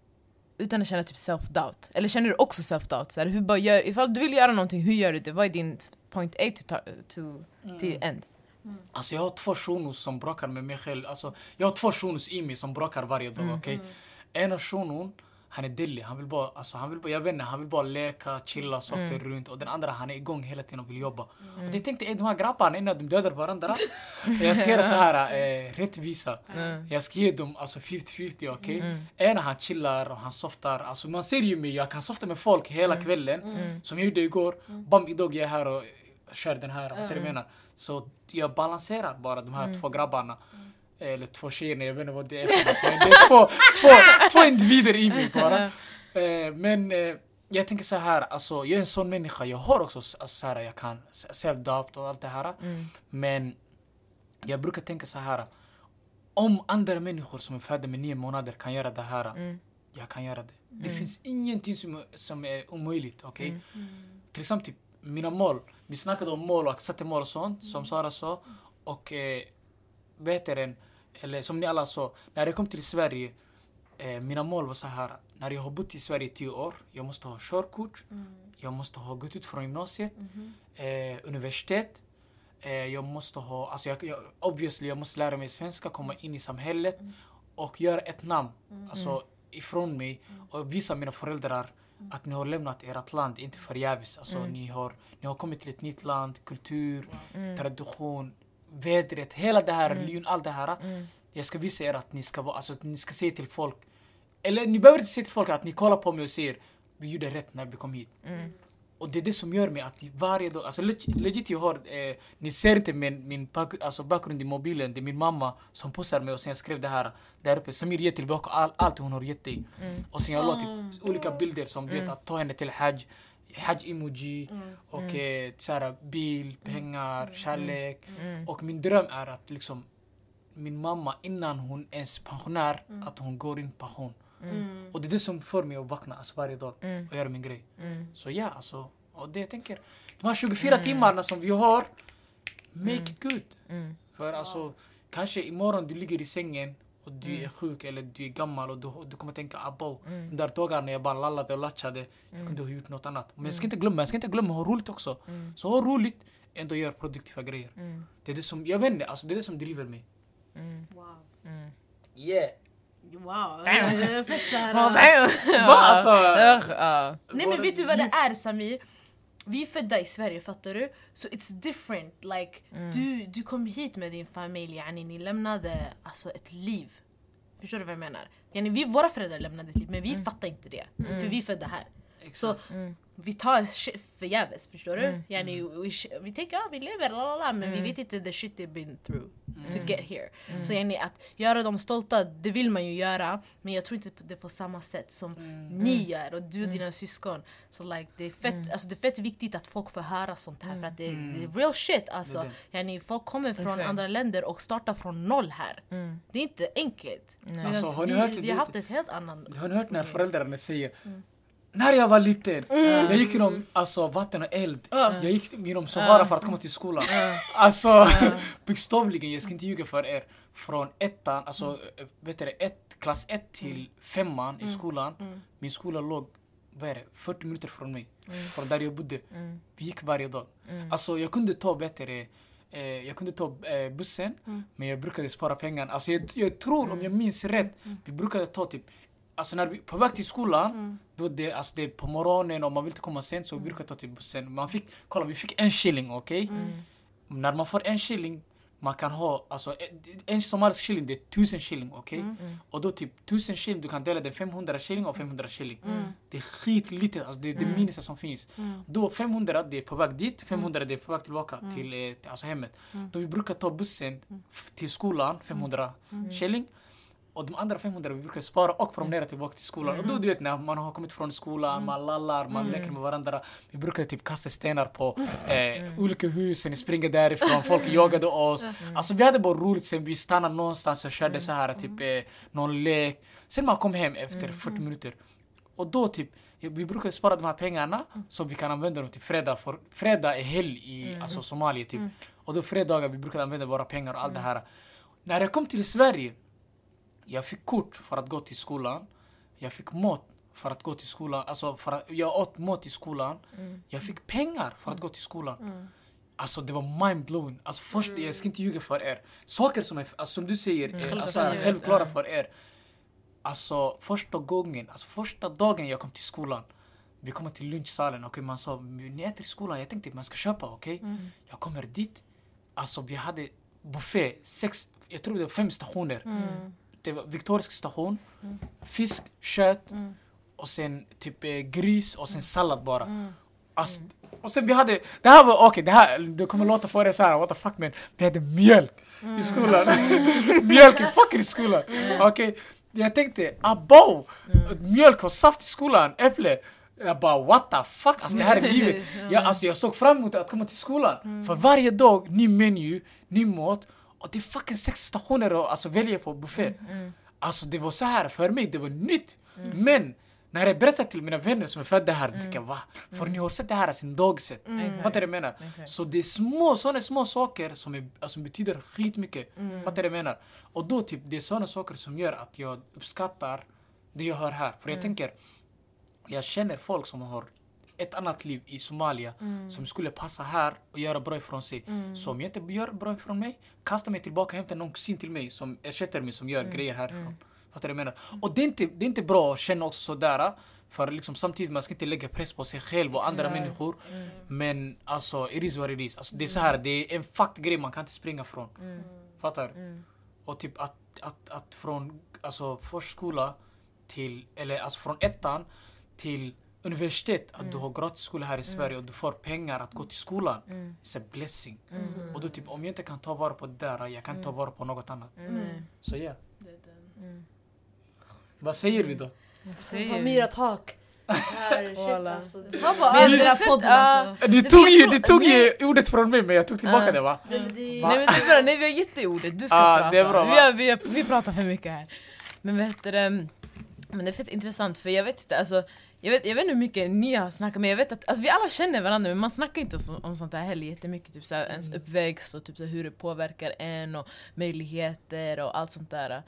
utan att känna typ self-doubt? Eller känner du också self-doubt? Så här, hur bara gör, ifall du vill göra någonting, hur gör du det? Vad är din point A to, ta- to, till end? Alltså jag har två shunos som bråkar med mig själv. Alltså jag har två shunos i mig som bråkar varje dag, okej? En av shunon, han är dillig. Han vill bara, alltså han vill bara, jag vet inte, han vill bara leka, chilla, softa mm. runt. Och den andra, han är igång hela tiden och vill jobba. Mm. Och jag tänkte, är de här grabbarna innan de dödar varandra? Jag ska göra så här, eh, rättvisa. Mm. Jag ska ge dem alltså femtio femtio, okej? Okay? Mm. En han chillar och han softar. Alltså man ser ju mig, jag kan softa med folk hela mm. kvällen. Mm. Som jag gjorde igår. Mm. Bam, idag är jag här och kör den här, mm. vad jag menar. Så jag balanserar bara de här mm. två grabbarna. Mm. Eller två tjejerna, jag vet inte vad det är. Men det är två, två, två individer i mig bara. Eh, men eh, jag tänker så här, alltså jag är en sån människa. Jag har också alltså, så här, jag kan self-doubt och allt det här. Mm. Men jag brukar tänka så här. Om andra människor som är födda med nio månader kan göra det här. Mm. Jag kan göra det. Det mm. finns ingenting som, som är omöjligt, okej? Okay? Mm. Till exempel typ, mina mål. Vi snackade om mål och satte mål och sånt, mm. som Sara sa. Och eh, vet den, eller som ni alla sa, när jag kom till Sverige, eh, mina mål var så här. När jag har bott i Sverige i tio år, jag måste ha körkort, mm. jag måste ha gått ut från gymnasiet, mm. eh, universitet, eh, jag måste ha, alltså jag, jag, obviously jag måste lära mig svenska, komma in i samhället mm. och göra ett namn, mm. alltså ifrån mig och visa mina föräldrar mm. att ni har lämnat ert land, inte förgäves. Alltså mm. ni, har, ni har kommit till ett nytt land, kultur, mm. tradition, vädret, hela det här, mm. religion, allt det här. Mm. Jag ska visa er att ni ska vara, alltså att ni ska säga till folk, eller ni behöver inte säga till folk att ni kollar på mig och säger vi gjorde rätt när vi kom hit. Mm. Och det är det som gör mig att varje dag, alltså legit jag har, eh, ni ser inte min, min bak, alltså bakgrund i mobilen, det är min mamma som pussar mig och sen jag skrev det här där uppe. Samir ger tillbaka all, allt hon har gett dig. Mm. Och sen jag la typ olika bilder som mm. vet att ta henne till hajj, hajj-emoji mm. och eh, såhär, bil, pengar, mm. kärlek. Mm. Och min dröm är att liksom min mamma innan hon ens pensionär, mm. att hon går in pension. Mm. Och det är det som får mig att vakna alltså, varje dag mm. och göra min grej. Mm. Så ja, alltså, och det jag tänker, de här tjugofyra mm. timmarna som vi har, make mm. it good. Mm. För alltså, kanske imorgon du ligger i sängen och du mm. är sjuk eller du är gammal och du, och du kommer tänka, abo, mm. de där dagarna jag bara lallade och latchade, mm. jag kunde ha gjort något annat. Men jag ska inte glömma, jag ska inte glömma att ha roligt också. Mm. Så ha roligt, ändå gör produktiva grejer. Mm. Det är det som, jag vet inte, alltså det är det som driver mig. Mm. Wow. Mm. Yeah. Wow, fett såhär. Alltså, nej men vet du vad det är, Samir? Vi är födda i Sverige, fattar du? Så so it's different, like mm. du, du kom hit med din familj, yani, ni lämnade alltså ett liv. Förstår du vad jag menar? Yani, vi, våra föräldrar lämnade ett liv, men vi mm. fattar inte det. Mm. För vi är födda här. Så mm. vi tar shit förgäves, förstår du? Mm. Yani, vi, vi tänker, ja, vi lever, lalala, men mm. vi vet inte the shit they've been through mm. to get here. Mm. Så yani, att göra dem stolta, det vill man ju göra, men jag tror inte det på samma sätt som mm. ni gör, och du och dina mm. syskon. Så like, det, är fett, mm. alltså, det är fett viktigt att folk får höra sånt här, mm. för att det, mm. det är real shit. Alltså. Det det. Yani, folk kommer från Exakt. andra länder och startar från noll här. Mm. Det är inte enkelt. Mm. Alltså, har vi, ni hört vi har haft ett helt annat... Har ni hört när föräldrarna säger mm. när jag var liten, mm. jag gick genom alltså, vatten och eld. Mm. Jag gick genom Sahara mm. för att komma till skolan. Mm. Alltså, mm. bokstavligen, jag ska inte ljuga för er. Från ettan, alltså, mm. vet du, ett, klass ett till femman mm. i skolan. Mm. Min skola låg, vad är det, fyrtio minuter från mig. Mm. Från där jag bodde. Mm. Vi gick varje dag. Mm. Alltså, jag kunde ta bättre... Eh, jag kunde ta eh, bussen, mm. men jag brukade spara pengar. Alltså, jag, jag tror, mm. om jag minns rätt, mm. vi brukade ta typ... Alltså när vi på väg till skolan, mm. då det, alltså det är på morgonen och man vill inte komma sen, så vi brukar ta till bussen. Man fick, kolla, vi fick en shilling, okej? Okay? Mm. När man får en shilling, man kan ha, alltså en somalisk shilling, det är tusen shilling, okej? Okay? Mm. Och då typ tusen shilling, du kan dela det femhundra shilling och femhundra shilling. Mm. Det är skitlite, alltså det är det mm. minsta som finns. Mm. Då femhundra, det är på väg dit, femhundra det är på väg tillbaka mm. till, till alltså hemmet. Mm. Då vi brukar ta bussen till skolan, femhundra mm. shilling. Och de andra femhundra vi brukar spara och promenera tillbaka till skolan. Mm. Och då du vet när man har kommit från skolan, mm. man lallar, man mm. leker med varandra. Vi brukar typ kasta stenar på eh, mm. olika hus, ni springer därifrån, folk jagade oss. Mm. Alltså vi hade bara roligt, sen vi stannade någonstans och körde mm. så här typ eh, någon lek. Sen man kom hem efter mm. fyrtio minuter. Och då typ, vi brukar spara de här pengarna mm. så vi kan använda dem till fredag. För fredag är helg i mm. alltså, Somalia typ. Mm. Och då fredagar vi brukar använda våra pengar och allt mm. det här. När jag kom till Sverige, jag fick kort för att gå till skolan. Jag fick mat för att gå till skolan. Alltså för att jag åt mat i skolan. Mm. Jag fick pengar för att gå till skolan. Mm. Alltså det var mind-blowing. Alltså först, mm. jag ska inte ljuga för er. Saker som, är, alltså, som du säger, mm. är alltså, självklara för er. alltså första gången, alltså första dagen jag kom till skolan. Vi kommer till lunchsalen, okej, man sa, ni äter i skolan, jag tänkte man ska köpa, okej. Mm. Jag kommer dit, alltså vi hade buffé, sex, jag tror det var fem stationer. Mm. Det var Victorisk station, mm. fisk, kött, mm. och sen typ eh, gris och sen sallad bara. Mm. Alltså, och sen vi hade, det här var okej, okay, det här, det kommer låta för er så här, what the fuck, men vi hade mjölk mm. i skolan. Mjölk i fucking skolan. Mm. Okej, okay. Jag tänkte, abo, mm. mjölk och saft i skolan, äpple. Jag bara, what the fuck, alltså det här är livet. Jag, alltså, jag såg fram emot att komma till skolan. Mm. För varje dag, ny menu, ny mat. Och det är fucking sex stationer att alltså, välja på buffé. Mm. Mm. Alltså det var så här, för mig det var nytt. Mm. Men när jag berättar till mina vänner som är födda här, mm. de tycker, va? För mm. ni har sett det här sin dagsätt. Mm. Fattar du vad jag menar? Okay. Så det är små, sådana små saker som, är, alltså, betyder skitmycket. Mm. Fattar du vad jag menar? Och då typ, det är sådana saker som gör att jag uppskattar det jag hör här. För jag mm. tänker, jag känner folk som har ett annat liv i Somalia mm. som skulle passa här och göra bra ifrån sig. Mm. Så om jag inte gör bra ifrån mig, kasta mig tillbaka, hämta någon kusin till mig som ersätter mig, som gör mm. grejer härifrån. Mm. Fattar du vad jag menar? Mm. Och det är, inte, det är inte bra att känna också sådär. För liksom, samtidigt man ska inte lägga press på sig själv och andra mm. människor. Mm. Men alltså, it is what it is. Alltså, det är så här, det är en fakt grej man kan inte springa från. Mm. Fattar du? Mm. Och typ att, att, att från alltså, förskola till, eller alltså från ettan till universitet, att mm. du har gratis skola här i Sverige mm. och du får pengar att gå till skolan. Mm. Det är en blessing. Mm. Och då typ, om jag inte kan ta vara på det där, jag kan mm. ta vara på något annat. Mm. Så ja. Mm. Vad säger vi då? Samira tak. Här, shit, alltså. Ta bara med den där podden alltså. Ni tog ju, ni tog ju ordet från mig, men jag tog tillbaka uh. det va? Mm. Det, det, va? Nej men det är bra, nej vi har jätteordet, du ska uh, prata. Det är bra, vi, har, vi, har, vi pratar för mycket här. Men vet du, men det är fett intressant för jag vet inte, alltså Jag vet, jag vet inte hur mycket ni har snackat, men jag vet att alltså, vi alla känner varandra, men man snackar inte så, om sånt här heller jättemycket, typ så här, ens uppväxt och typ så här, hur det påverkar en och möjligheter och allt sånt där.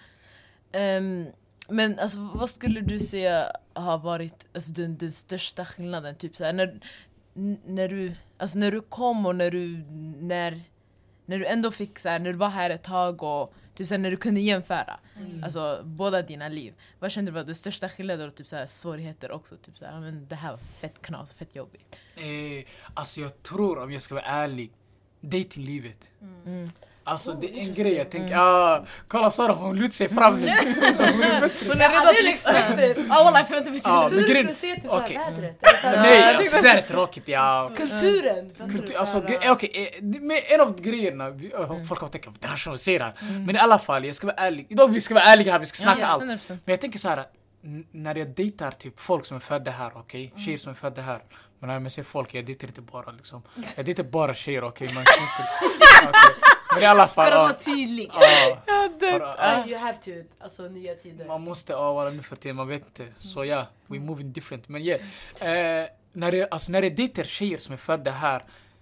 Um, men alltså, vad skulle du säga har varit alltså, den, den största skillnaden, typ så här, när, när du alltså när du kom och när du när när du ändå fick så här, när du var här ett tag och typ så här, när du kunde jämföra mm. alltså båda dina liv. Vad kände du var det största skillnaden och typ så här, svårigheter också, typ så här, men det här var fett knas, fett jobbigt. Eh, alltså jag tror, om jag ska vara ärlig, datinglivet. Mm. Mm. Alltså oh, det är en grej, jag tänker, mm. ah, kolla Sara, hon lutar sig fram nu. Hon är redan att lyssna. Ja, wallah, för att inte ah, du skulle se typ såhär vädret. Nej, alltså det är tråkigt, ja. Kulturen. Kultur, alltså, okej, okay, en av grejerna, folk har tänkt, det här journaliserar. Men i alla fall, jag ska vara ärlig. Idag vi ska vara ärliga här, vi ska snacka allt. Men jag tänker så här, när jag dejtar typ folk som är födda här, okej, okay? Tjejer som är födda här. Men när jag säger folk, jag dejtar inte bara liksom. Jag dejtar bara tjejer, okej, okay? Man kan inte. Okay. Men i alla fall. För att vara tydlig. Ja. Uh, you have to, alltså nya tider. Man måste ja, vara nu för tiden, man vet inte. Så ja, we moving different. Men ja, yeah. uh, när jag alltså när jag dejtar tjejer som är födda här,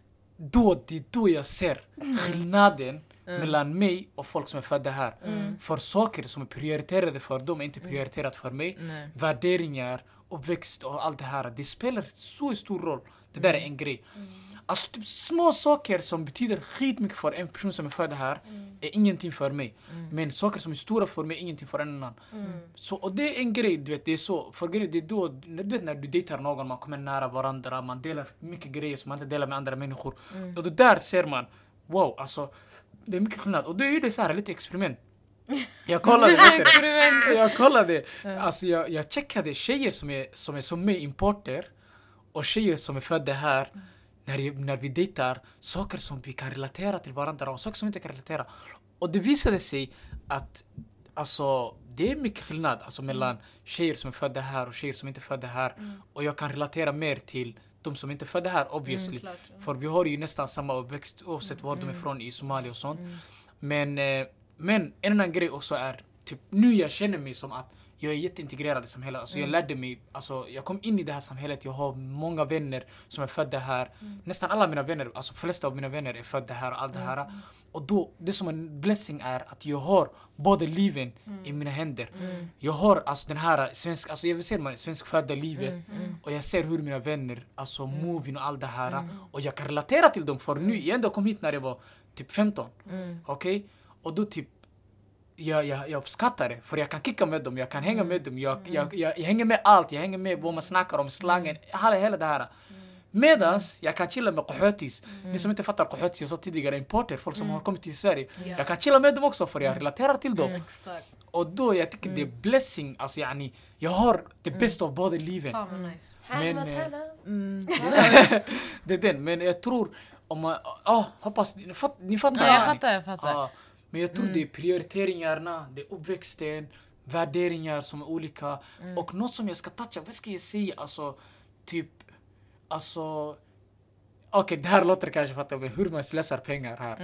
då det är då jag ser skillnaden mm. mellan mig och folk som är födda här. Mm. För saker som är prioriterade för dem är inte prioriterat för mig. Mm. Värderingar, uppväxt och allt det här, det spelar så stor roll. Det där är en grej. Mm. Alltså typ små saker som betyder skitmycket för en person som är född här mm. är ingenting för mig. Mm. Men saker som är stora för mig är ingenting för en annan. Mm. Så, och det är en grej, du vet, det är så. För grej, det är då, du vet när du dejtar någon, man kommer nära varandra, man delar mycket grejer som man inte delar med andra människor. Mm. Och då där ser man, wow, alltså, det är mycket skillnad. Och då är det så här lite experiment. Jag kollade, vet du, jag kollade, alltså jag, jag checkade tjejer som är, som är som mig importer och tjejer som är födda här. När, när vi dejtar, saker som vi kan relatera till varandra och saker som vi inte kan relatera. Och det visade sig att alltså, det är mycket skillnad alltså, mellan mm. tjejer som är födda här och tjejer som inte är födda här. Mm. Och jag kan relatera mer till de som inte är födda här, obviously. Mm, klart, ja. För vi har ju nästan samma uppväxt oavsett mm. var de är från i Somalia och sånt. Mm. Men, eh, men en annan grej också är, typ, nu jag känner mig som att jag är jätteintegrerad i samhället. Alltså mm. jag lärde mig, alltså jag kom in i det här samhället. Jag har många vänner som är födda här. Mm. Nästan alla mina vänner, alltså flesta av mina vänner är födda här och allt mm. det här. Och då, det som en blessing är att jag har både liven mm. i mina händer. Mm. Jag har alltså den här svensk, alltså jag vill säga man svensk födda livet. Mm. Mm. Och jag ser hur mina vänner, alltså mm. moving och allt det här. Mm. Och jag kan relatera till dem för nu, jag ändå kom hit när jag var typ femton. Mm. Okej? Okay? Och då typ, jag, jag, jag uppskattar det. För jag kan kicka med dem, jag kan hänga med dem. Jag, jag, jag, jag hänger med allt, jag hänger med vad man snackar om, slangen, hela, hela det här. Medans jag kan chilla med qahotis. Ni som inte fattar qahotis, jag sa tidigare importer, folk som har kommit till Sverige. Ja. Jag kan chilla med dem också för jag relaterar till dem. Exakt. Och då jag tycker det är blessing, alltså yani, jag har det bästa av båda livet. Fan vad nice. Men, Men, eh, Mm. Det är den, men jag tror om man, ja, hoppas ni, fatt, ni fattar. Ja, jag yani. fattar, jag fattar. Ja, men jag tror det är prioriteringarna, det är uppväxten, värderingar som är olika. Och något som jag ska toucha, vad ska jag säga, alltså typ, alltså okej, okay, det här låter kanske fattar men hur man slösar pengar här.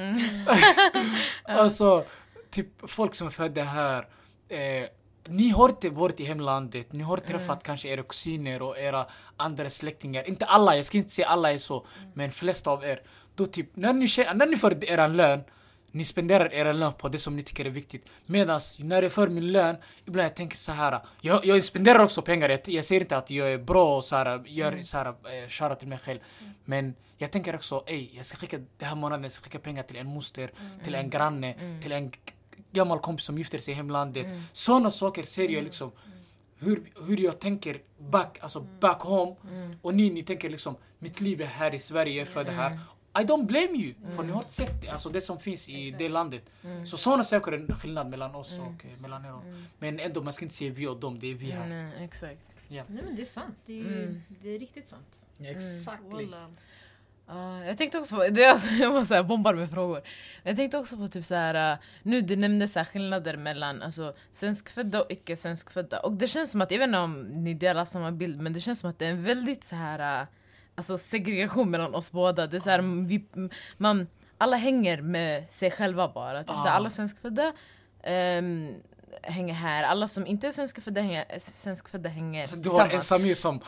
Alltså, typ folk som är födda här, eh, ni har inte varit i hemlandet, ni har träffat mm. kanske era kusiner och era andra släktingar. Inte alla, jag ska inte säga alla är så, mm. men flesta av er. Då typ, när ni, när ni får er lön, ni spenderar era lön på det som ni tycker är viktigt. Medan när jag får min lön, ibland jag tänker så här, jag, jag spenderar också pengar, jag, jag säger inte att jag är bra och så här, gör mm. så här, eh, köra till mig själv. Mm. Men jag tänker också, ej, jag ska skicka det här månaden, jag ska skicka pengar till en moster, mm. till en granne, mm. till en gammal kompis som gifter sig i hemlandet. Mm. Sådana saker ser jag liksom, hur, hur jag tänker back, alltså back home. Mm. Och ni, ni tänker liksom, mitt liv är här i Sverige för det här. I don't blame you, mm. för ni har inte sett det, alltså det som finns i Exakt. Det landet. Mm. Så sådana saker är en skillnad mellan oss mm. och eh, mellan er. Mm. Men ändå, man ska inte säga vi och dem, det är vi här. Mm, exakt. Yeah. Nej men det är sant, det är, ju, mm. det är riktigt sant. Yeah, exactly. Mm. Uh, jag tänkte också på, det, jag var så här, bombar med frågor. Jag tänkte också på typ så här, uh, nu du nämnde så här skillnader mellan alltså, svenskfödda och icke svenskfödda. Och det känns som att, jag vet inte om ni delar samma bild, men det känns som att det är en väldigt så här, uh, alltså segregation mellan oss båda. Det är så här, vi, man, alla hänger med sig själva bara. Typ, uh. så här, alla svenskfödda um, hänger här, alla som inte är svenskfödda hänger, svenskfödda hänger alltså, du har en Samir som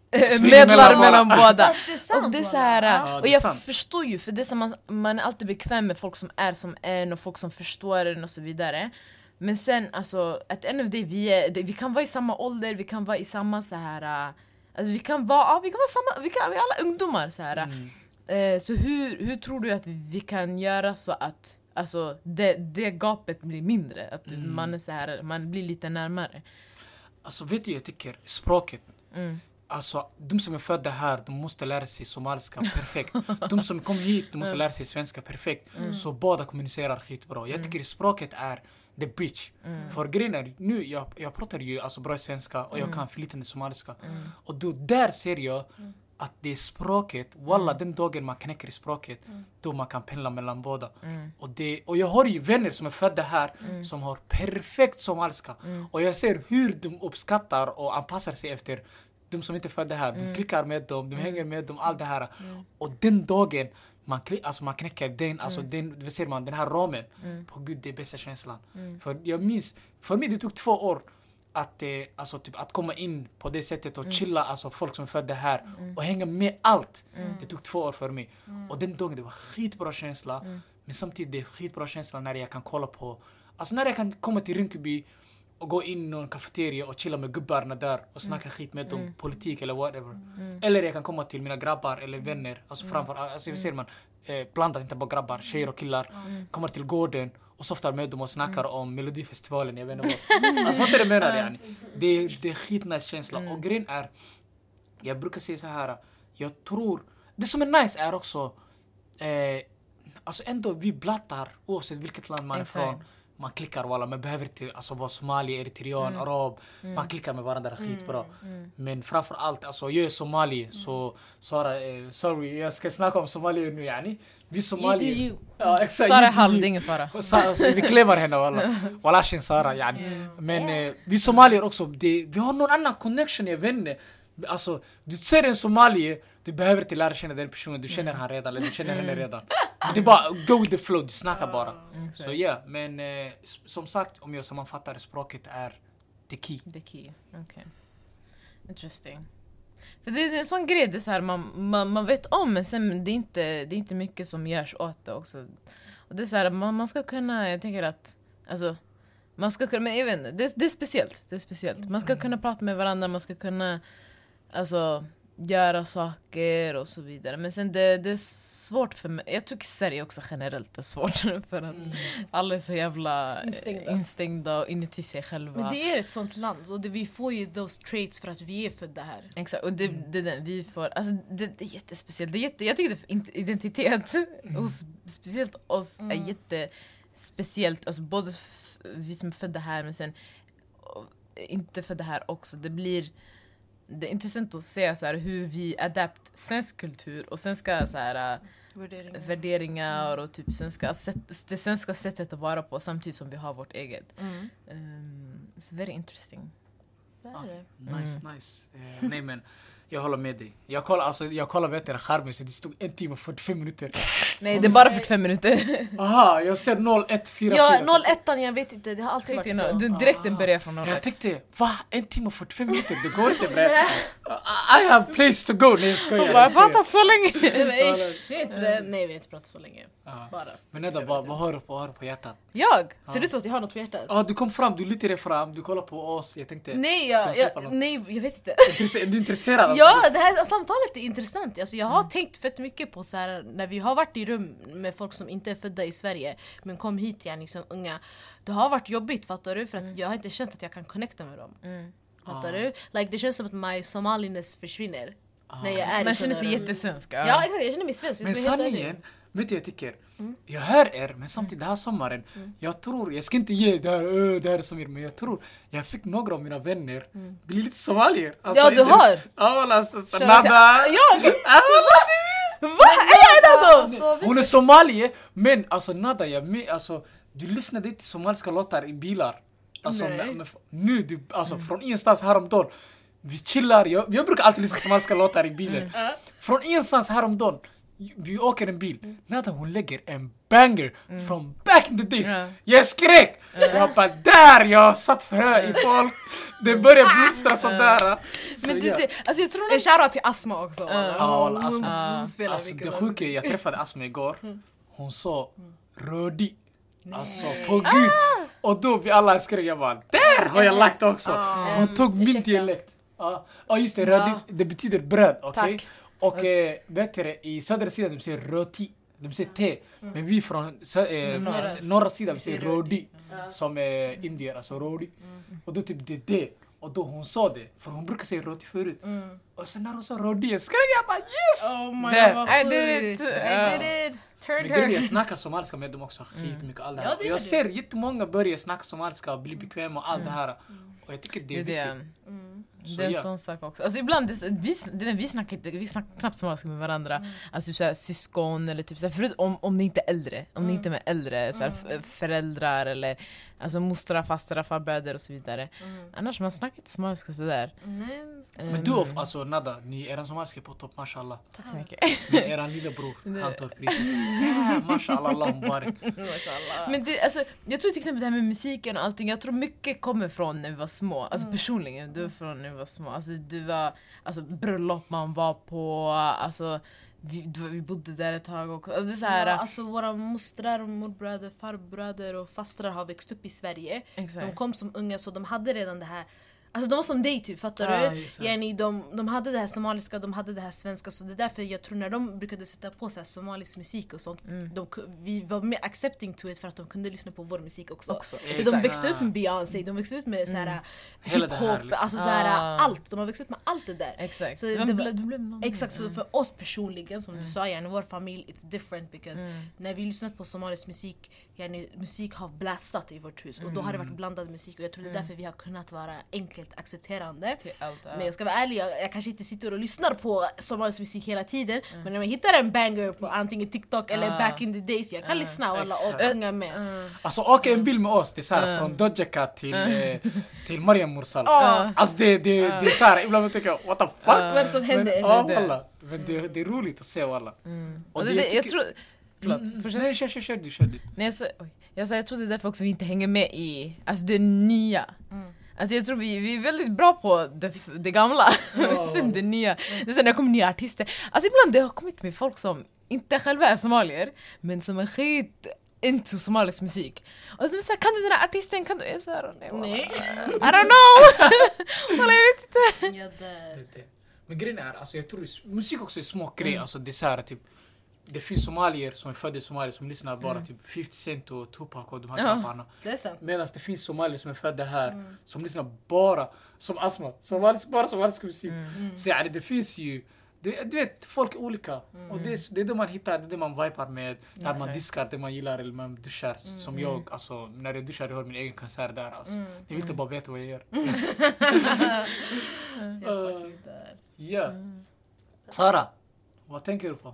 medlar mellan båda. Fast det är sant, och det är så här, ja, och jag sant. förstår ju, för det är så man, man är alltid bekväm med folk som är som en och folk som förstår en och så vidare. Men sen alltså, att en av det vi är, det, vi kan vara i samma ålder, vi kan vara i samma så här, alltså vi kan vara, ja, vi kan vara samma, vi kan vi är alla ungdomar så här. Mm. Eh, så hur hur tror du att vi kan göra så att alltså det det gapet blir mindre, att mm. man är så här, man blir lite närmare. Alltså vet du, jag tycker språket. Mm. Alltså, de som är födda här, de måste lära sig somaliska perfekt. De som kommer hit, de måste lära sig svenska perfekt. Mm. Så båda kommunicerar skitbra. Jag tycker språket är the bridge. Mm. För grejen är, nu, jag, jag pratar ju alltså bra svenska och jag kan flytande somaliska. Mm. Och då där ser jag att det är språket, walla mm. den dagen man knäcker språket, mm. då man kan pendla mellan båda. Mm. Och, det, och jag har ju vänner som är födda här mm. som har perfekt somaliska. Mm. Och jag ser hur de uppskattar och anpassar sig efter de som inte är födda här. De mm. klickar med dem, de mm. hänger med dem, allt det här. Mm. Och den dagen man, alltså man knäcker den, alltså mm. den, vad säger man, den här ramen, mm. på gud, det är bästa känslan. Mm. För jag minns, för mig det tog två år att, eh, alltså, typ, att komma in på det sättet och mm. chilla, alltså folk som är födda här mm. och hänga med allt. Mm. Det tog två år för mig. Mm. Och den dagen det var skitbra känsla, mm. men samtidigt det är skitbra känsla när jag kan kolla på, alltså när jag kan komma till Rinkeby och gå in i någon kafeteria och chilla med gubbarna där och snacka mm. skit med dem, mm. politik eller whatever. Mm. Eller jag kan komma till mina grabbar eller vänner, alltså framför, alltså mm. ser man, eh, blandat inte bara grabbar, tjejer och killar, mm. kommer till gården och softar med dem och snackar mm. om Melodifestivalen, jag vet inte vad. Alltså vad är det menar yani? Det, det är skitnice känsla. Mm. Och grejen är, jag brukar säga så här, jag tror, det som är nice är också, eh, alltså ändå vi blattar oavsett vilket land man är från. Man klickar walla, man behöver inte alltså, vara somali, eritrean, mm. arab. Mm. Man klickar med varandra skitbra. Mm. Mm. Men framför allt, alltså jag är somali, mm. så Sara, eh, sorry, jag ska snacka om somalier nu yani. Vi somalier. You do you. Ja, exakt. Sara är halv, det är ingen fara. Alltså, vi klämmer henne walla. Walla shin Sara yani. Mm. Men eh, vi somalier också, det, vi har någon annan connection, jag vet inte. Alltså, du ser en somalier, du behöver inte lära känna den personen, du känner han redan, eller du känner henne redan. Det är bara go with the flow, du snackar bara. Så ja, yeah, men eh, som sagt, om jag sammanfattar, språket är the key. The key, okej. Okay. Interesting. För det är en sån grej, det är så här, man, man, man vet om, men sen det är, inte, det är inte mycket som görs åt det också. Och det är så här, man, man ska kunna, jag tänker att, alltså, man ska kunna, men jag vet inte, det, det är speciellt, det är speciellt. Man ska kunna prata med varandra, man ska kunna, alltså, göra saker och så vidare. Men sen det, det är svårt för mig. Jag tycker Sverige också generellt är svårt för att mm. alla är så jävla instängda, instängda och inuti sig själva. Men det är ett sånt land och det, vi får ju those traits för att vi är födda här. Exakt, och det, det, det vi får, alltså det, det är jättespeciellt. Det är jätte, jag tycker det identitet mm. hos speciellt oss mm. är jättespeciellt. Alltså både f- vi som är födda här men sen inte födda här också. Det blir det är intressant att se så här, hur vi adapt svensk kultur och svenska så här, värderingar, värderingar och typ svenska, det svenska sättet att vara på samtidigt som vi har vårt eget. Mm. Um, it's very interesting. Det är det. Okay. Nice, mm. nice. Uh, nej men, jag håller med dig. Jag kollar, alltså, jag kollar vet jag, skärmen så det stod en timme och fyrtiofem minuter. Nej, det är bara fyrtiofem minuter. Aha, jag ser noll ett fyra. Ja, noll ett, jag vet inte, det har alltid varit så. Du, direkt den börjar från noll ett. Jag tänkte, va? En timme och fyrtiofem minuter, det går inte bre. I have place to go. Nej, jag skojar. Jag har pratat så länge. Nej, shit. Nej, vi har inte pratat så länge. Ja. Bara. Men Nedda, vad, vad har du på, vad har du på hjärtat? Jag? Ser du så att jag har något på hjärtat? Ja, du kom fram, du lutade fram, du kollar på oss. Jag tänkte, nej, jag, jag, nej, jag vet inte. Är du intresserad? Alltså? Ja, det här samtalet är intressant. Alltså, jag har mm. tänkt fett mycket på så här, när vi har varit i rum med folk som inte är födda i Sverige men kom hit igen som unga. Det har varit jobbigt, fattar du? För att mm. jag har inte känt att jag kan connecta med dem. Mm. Fattar ah. du? Like, det känns som att my somaliness försvinner. Ah. När jag är Man i känner sig jättesvensk. Ja. ja, exakt. Jag känner mig svensk. Men sanningen, vet du jag tycker? Mm. Jag hör er, men samtidigt den här sommaren, mm. jag tror, jag ska inte ge det här, öh, det här som er, men jag tror, jag fick några av mina vänner mm. bli lite somalier. Alltså, ja, du inte, har? Ja, alltså, så Nada. Ja, vad är det då? Hon är somalier, men alltså Nada, jag, alltså, du lyssnade till somaliska låtar i bilar. Alltså, med, med, nu, du, alltså mm. från ingenstans häromdagen, vi chillar, jag, jag brukar alltid lyssna på somaliska låtar i bilen. Mm. Från ingenstans häromdagen, vi åker en bil. Mm. Nada, hon lägger en banger mm. from back in the days. Mm. Jag skrek! Mm. Jag bara, där! Jag satt för i folk. Det började blomstra sådär. Så, men det, ja. det, alltså jag tror en shoutout till Asma också. Uh. Ja, uh, Asma. Uh. Alltså, alltså det sjuka, jag träffade Asma igår. Hon sa, rödig. Alltså, på gud. Ah. Och då vi alla skrek, jag bara, där har jag lagt också. Uh. Hon tog min dialekt. Ja, uh. just det, rödig, det betyder bröd, okej? Okay? Och äh, vet du, i södra sidan de säger röti, de säger te. Mm. Men vi från sö- äh, norra. norra sidan vi säger rodi, mm. som är äh, indier, alltså rodi. Mm. Och då typ det är det. Och då hon sa det, för hon brukar säga roti förut. Mm. Och sen när hon sa rodi, jag skrek jag bara yes! Oh my God, I did it! I did it! Men grejen, jag snackar somaliska med dem också skitmycket. All det här. Ja, det jag ser det. Jättemånga börja snacka somaliska och bli bekväma och allt mm. det här. Och jag tycker det är det viktigt. Mm. Det är en ja. sån sak också. Alltså ibland, det, vi, det, vi snackar inte, vi snackar knappt somaliska med varandra. Mm. Alltså typ såhär syskon eller typ såhär, förut om, om ni inte är äldre. Om mm. ni inte är äldre, såhär, mm. föräldrar eller alltså mostrar, fastrar, farbröder och så vidare. Mm. Annars man snackar inte somaliska sådär. Mm. Men du, um, alltså Nada, ni är en somaliska på topp, mashallah. Tack så mycket. Men eran lillebror, han tar priset. Yeah, mashallah, Allah mubarak. Men det, alltså, jag tror till exempel det här med musiken och allting, jag tror mycket kommer från när vi var små. Alltså mm. personligen, du är från när vi var små. Alltså du var, alltså bröllop man var på, alltså vi, du, vi bodde där ett tag också. Alltså, det är så här, ja, alltså våra mostrar och morbröder, farbröder och fastrar har växt upp i Sverige. Exakt. De kom som unga så de hade redan det här. Alltså de var som dig typ, fattar ja, du? Yani, de, de hade det här somaliska, de hade det här svenska. Så det är därför jag tror när de brukade sätta på så här somalisk musik och sånt mm. de, vi var mer accepting to it för att de kunde lyssna på vår musik också, också. De växte upp med Beyoncé, de växte upp med så här, mm. hiphop, liksom. Alltså så här, ah. allt. De har växt upp med allt det där. Exakt, så det, det, det, det, exakt så för oss personligen, som mm. du sa, yani, vår familj, it's different because mm. när vi lyssnat på somalisk musik, yani, musik har blastat i vårt hus. Och då har det varit blandad musik och jag tror det är därför vi har kunnat vara enkelt accepterande. Allt, ja. Men jag ska vara ärlig, jag, jag kanske inte sitter och lyssnar på somalisk musik hela tiden. Mm. Men när jag hittar en banger på antingen TikTok eller uh. back in the days, jag kan uh. lyssna och alla och sjunga med. Uh. Alltså åka en bild med oss, det är såhär uh. från Doja Cat till, uh. eh, till Mariam Mursal. Uh. Alltså det, det, uh. det är såhär, ibland tänker jag, what the fuck? Uh. Vad är det som händer? Men, ja, alla. Men det, det är roligt att se alla. Mm. Och, och det, det, jag, tycker, jag tror... Förlåt, mm. Nej, kör, kör, kör du, kör du. Nej, så, oj. Jag, så, jag tror det är därför också vi inte hänger med i alltså det nya. Mm. Alltså jag tror vi, vi är väldigt bra på det, det gamla. Oh. Sen det nya. Det sen när det kommer nya artister. Alltså ibland det har kommit med folk som inte själva är somalier, men som är skit into somalisk musik. Och så säger kan du den här artisten, kan du? Jag säger nej. Nej. I don't know. Walla, jag vet inte. Ja, det. Men grejen är, alltså jag tror musik också är smakgrej. Mm. Alltså det är så här, typ, det finns somalier som är födda i Somalia som lyssnar bara mm. typ fifty Cent och Tupac och de här grabbarna. Ja, medan det finns somalier som är födda här mm. som lyssnar bara som Asma, somalisk, bara somalisk musik. Mm. Så ja, det finns ju, det, du vet, folk är olika. Mm. Och det är, det är det man hittar, det är det man vibar med. När mm. man diskar det man gillar eller man duschar. Mm. Som jag, alltså när jag duschar jag har min egen konsert där. Alltså. Mm. Jag vill inte bara veta vad jag gör. uh, ja. Mm. Sara, vad tänker du på?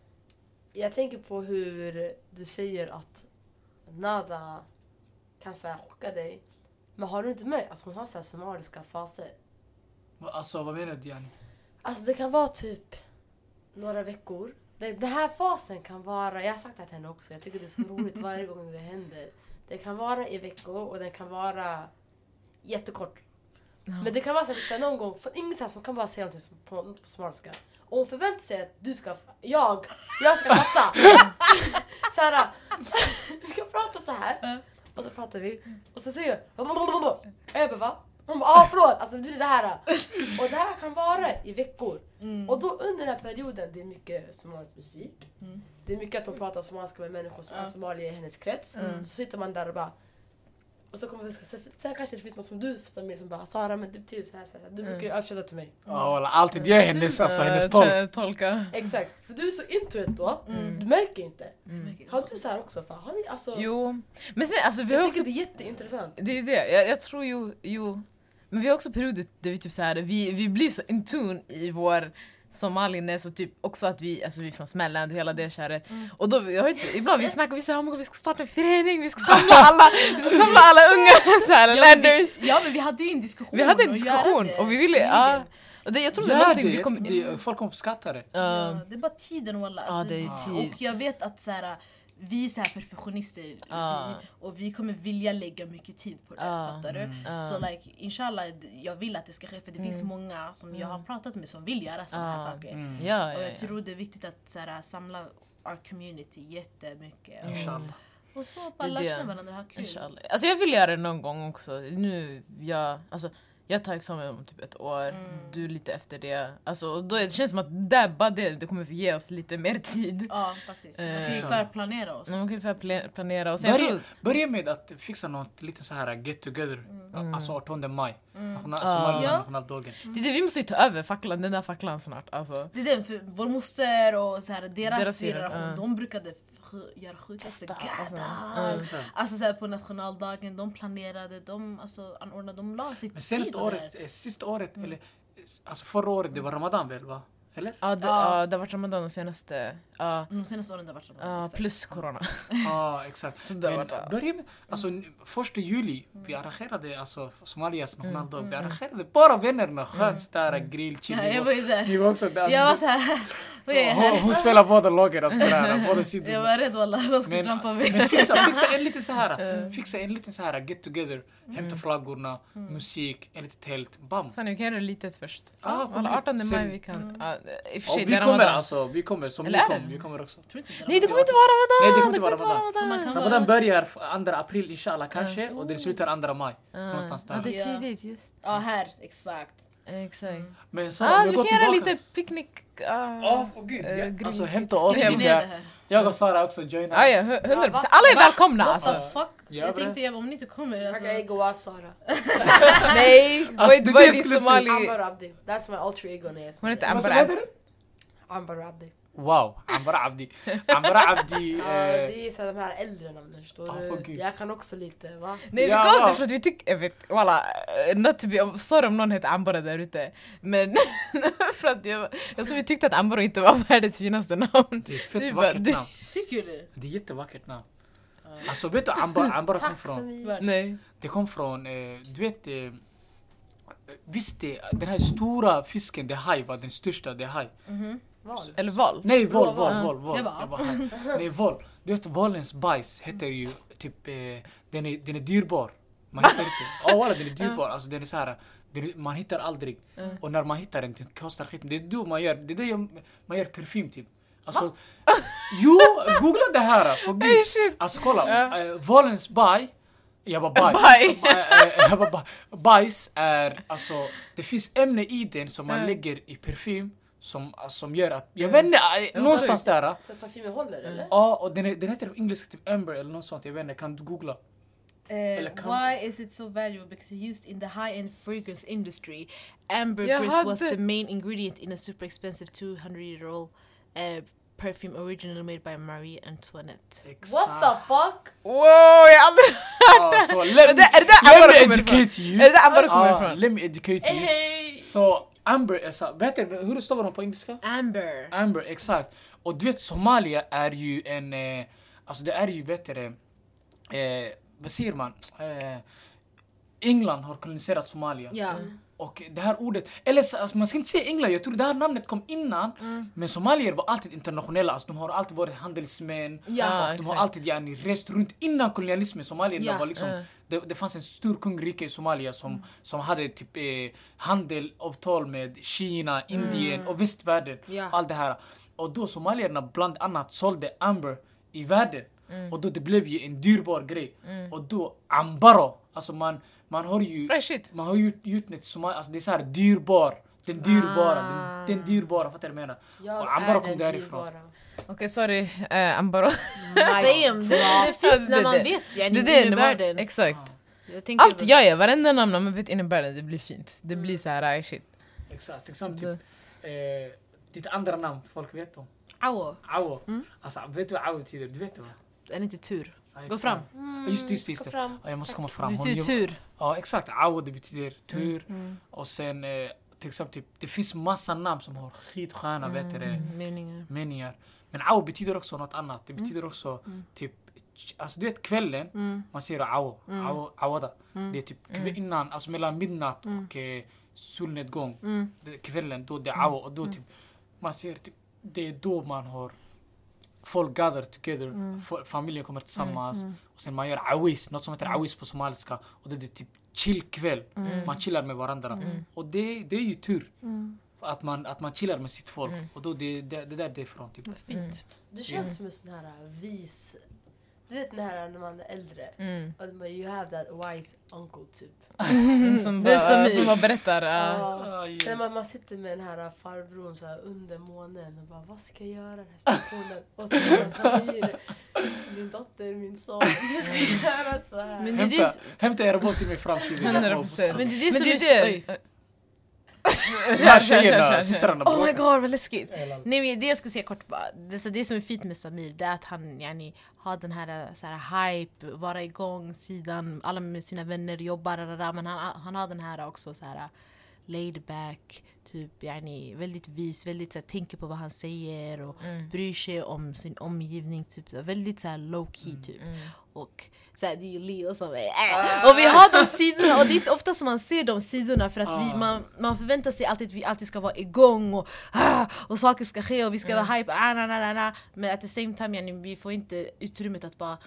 Jag tänker på hur du säger att Nada kan säga chocka dig. Men har du inte med? Alltså hon har så här somaliska faser. Alltså vad menar du, Jani? Alltså det kan vara typ några veckor. Det, det här fasen kan vara, jag har sagt det till henne också, jag tycker det är så roligt varje gång det händer. Det kan vara i veckor och det kan vara jättekort. No. Men det kan vara så att någon gång, för ingen så här som kan bara säga någonting på, på somaliska. Och hon förväntar sig att du ska, jag, jag ska fatta. Så här, vi kan prata så här. Och så pratar vi. Och så säger jag, jag bara, va? Hon bara, ah förlåt, alltså det här. Och det här kan vara i veckor. Mm. Och då under den här perioden, det är mycket somalisk musik. Mm. Det är mycket att de pratar somaliska med människor som är somalier i hennes krets. Mm. Så sitter man där och bara, och så kommer vi, sen kanske det finns något som du förstår som bara, Sara, men det betyder så här, så här. Du brukar ju översätta till mig. Ja, mm. alltid det är hennes, alltså hennes tolk. tolka. Exakt, för du är så intuit då, mm. du märker inte. Mm. Har du så här också? För, har ni, alltså, jo, men sen, alltså vi jag har tycker också, det är jätteintressant. Det är det, jag, jag tror ju, jo, men vi har också perioder där vi typ så här, vi, vi blir så in tune i vår Somaliness och typ också att vi, alltså vi är från Smällland, hela det käret. Mm. Och då, jag vet, ibland vi snackar, vi säger, oh, vi ska starta en förening, vi ska samla alla, vi ska samla alla unga så här, ja, ladders. Vi, ja, men vi hade ju en diskussion. Vi hade en diskussion och, och vi ville, ja. Och det, jag tror det är någonting vi kommer... Det, folk kommer uppskatta det. Ja, det är bara tiden, wallah. Ja, det är tid. Och jag vet att så här, vi är så här perfektionister ah. vi, och vi kommer vilja lägga mycket tid på det, ah. fattar du? Mm. Så mm. like, inshallah, jag vill att det ska ske för det mm. finns många som jag har pratat med som vill göra såna ah. här saker. Mm. Ja, och jag ja, ja. tror det är viktigt att så här, samla our community jättemycket. Mm. Inshallah. Och så bara lära känna varandra, ha kul. Inshallah. Alltså jag vill göra det någon gång också. Nu, jag, alltså jag tar examen om typ ett år, mm. du lite efter det. Alltså, då det känns som att det, bara det, det kommer ge oss lite mer tid. Ja, faktiskt. Man kan ju förplanera oss. Man kan ju förplanera oss. Börja, tror... börja med att fixa något lite så här get together. Mm. Alltså artonde maj. Mm. National, ja. Nationaldagen. Mm. Det är det, vi måste ju ta över facklan, den där facklan snart. Alltså. Det är den, för vår moster och så här, deras, deras generation, uh. de brukade göra sjukaste gadar. Mm. Alltså så här, på nationaldagen, de planerade, de alltså, anordnade, de la sitt men senaste tid året, eh, sista året, mm. eller alltså förra året, det var Ramadan väl, va? Eller? Ja, det, ja. Ja, det har varit Ramadan de senaste... Ja. De senaste åren det har varit Ramadan. Ja, plus corona. Ja, exakt. Men börja med, alltså första juli, vi arrangerade, alltså Somalias nationaldag, mm. vi arrangerade bara vännerna, skönt där, mm. grill, chili. Ja, jag var ju där. Ni var också där. Jag var såhär, vad är hon, hon spelar båda lagen, alltså där, båda sidor. Jag var rädd, wallah, de skulle trampa mig. Men fixa, fixa en liten så här, fixa en liten så här get together, hämta flaggorna, mm. musik, en litet tält, bam. Fan, vi kan göra det litet först. Ah, alla artonde maj vi kan. Mm. Ah, i och för sig, vi kommer alltså, vi kommer som ni kommer, vi kommer också. Nej, det kommer inte vara Ramadan. Nej, det kommer inte vara Ramadan. Ramadan börjar andra april inshallah kanske och det slutar andra maj. Någonstans där. Ja, det är tidigt just. Ja, här, exakt. Exakt. Mm. Men så ah, vi kan göra lite picknick. Ja, åh gud. Alltså hämta oss lite. Jag och Sara också joina. Ja, ja, hundra procent. Alla är välkomna alltså. What the fuck? Jag tänkte jag om ni inte kommer alltså. Jag går av Sara. Nej, vad är din Somali? Ambar Abdi. That's my alter ego name. Hon heter Ambar Abdi. Ambar Abdi. Wow, Ambar Abdi. Ambar Abdi. Ja, det är så de här äldre namnen, förstår du? Jag kan också lite, va? Nej, vi kan inte för att vi tycker, jag vet, voilà, not to be, sorry om någon heter Ambara där ute. Men för att jag, jag tror vi tyckte att Ambara inte var världens finaste namn. Det är fett det vackert bara, namn. Tycker du? Det är jättevackert namn. Alltså vet du, Ambara, Ambara kom från... Nej. Det kom från, eh, du vet... Eh, visst det, den här stora fisken, det är haj, var den största, det är haj. Mm-hmm. Val. Eller val? Nej, val, val, val, val. Det var. Jag var här. Nej, val. Du vet, valens bajs heter ju typ, eh, den, är, den är dyrbar. Man hittar inte. Ja, oh, den är dyrbar. Alltså den är så här, den är, man hittar aldrig. Mm. Och när man hittar den, den kostar skit. Det är då man gör, det är det man gör parfym typ. Alltså, jo, googla det här. För Gud. Alltså kolla, äh, valens baj Jag bara baj. Baj. Jag bara baj. Bajs är, alltså, det finns ämne i den som man lägger i parfym som, som gör att, jag vet inte, någonstans där. Så parfymen håller eller? Ja, och den, är, den heter på engelska typ Amber eller något sånt, jag vet inte, kan du googla? Uh, why is it so valuable? Because used in the high-end fragrance industry, ambergris Jag was hade- the main ingredient in a super expensive two hundred year old uh, perfume originally made by Marie Antoinette. What the fuck? Wow, jag har aldrig Ja, så let Är me, det, är det där let Amber me kommer ifrån? educate you. Är det där Amber kommer Ja, ifrån? let me educate you. Hey. Så Amber är så, vet du hur stavar de på engelska? Amber. Amber, exakt. Och du vet, Somalia är ju en, eh, alltså det är ju, vet du det, eh, vad säger man? Eh, England har koloniserat Somalia. Ja. Och det här ordet, eller så, alltså man ska inte säga England, jag tror det här namnet kom innan. Mm. Men somalier var alltid internationella, alltså de har alltid varit handelsmän. Ja, och de har exakt. alltid yani, rest runt innan kolonialismen. Somalierna Ja. var liksom, Mm. det, det fanns en stor kungrike i Somalia som, mm. som hade typ eh, handelavtal med Kina, Indien och västvärlden. Ja. Allt det här. Och då somalierna bland annat sålde amber i världen. Och då det blev ju en dyrbar grej. Och då ambaro, alltså man, man har ju Ah, shit. man har ju utnyttjat Somalia, alltså det är så här dyrbar. Den dyrbara, Ah. den, den dyrbara, fattar du vad jag menar? Jag Och Ambaro är kom den därifrån. dyrbara. Okej, sorry, uh, Ambaro. Damn, det, det är fint när man Det- vet Det yani, är det, när man- innebörden. exakt. Jag tänker Allt jag gör, varenda namn man vet innebörden, det blir fint. Det blir så här, ah, shit. Exakt, till exempel typ, eh, ditt andra namn, folk vet om. Awo, Awo. Alltså, vet du vad Awo betyder? Du vet det va? är det inte tur? Ja, Gå exakt. fram. Ja, Just det, just det. Just Gå det. fram. Ja, jag måste komma Det fram. Hon betyder jobb- tur. Ja, exakt. Awo, det betyder tur. Och sen, eh, till exempel, typ, det finns massa namn som har skitsköna, vet du det, Meningar. meningar. Men Awo betyder också något annat. Det betyder också, typ, alltså du vet kvällen, man säger Awo, Awo, Awada. Det är typ kv- innan, alltså mellan midnatt och eh, solnedgång. Det är kvällen, då det är Awo. Och då typ, man ser typ, det är då man har folk gather together, F- familjen kommer tillsammans och sen man gör awis, något som heter awis på somaliska, och det är typ chill kväll, man chillar med varandra och det, det är ju tur att man, att man chillar med sitt folk och då det, det, det där det är från typ. Fint. Du känns som en sån här vis... Du vet den här när man är äldre. Mm. Och man- you have that wise uncle typ. Som, Det är bara, som i- som bara berättar. Uh, Ja. Aj, Sen man, man sitter med den här farbrorn så här under månen och bara, vad ska jag göra den här situationen? Och så är man Samir, min dotter, min son, du ska göra så här. Men det är Hämta, det, hämta era boll till mig i framtiden. hundra procent. men det är det Men som det är är... det. Oj. De här tjejerna, systrarna, Oh my bror. god vad läskigt. Nej men det jag ska säga kort bara, det, så det som är fint med Samir det är att han yani, har den här, så här hype, vara igång sidan, alla med sina vänner jobbar, rarara, men han, han har den här också så här laid back, typ yani, väldigt vis, väldigt så här, tänker på vad han säger och bryr sig om sin omgivning, typ så, väldigt så här low key typ. Och så här, det är ju Leo som är äh. Och vi har de sidorna och det är inte ofta som man ser de sidorna för att vi, man, man förväntar sig alltid att vi alltid ska vara igång och, ah, och saker ska ske och vi ska vara hype, ah, na, na, na, na. Men at the same time yani, vi får inte utrymmet att bara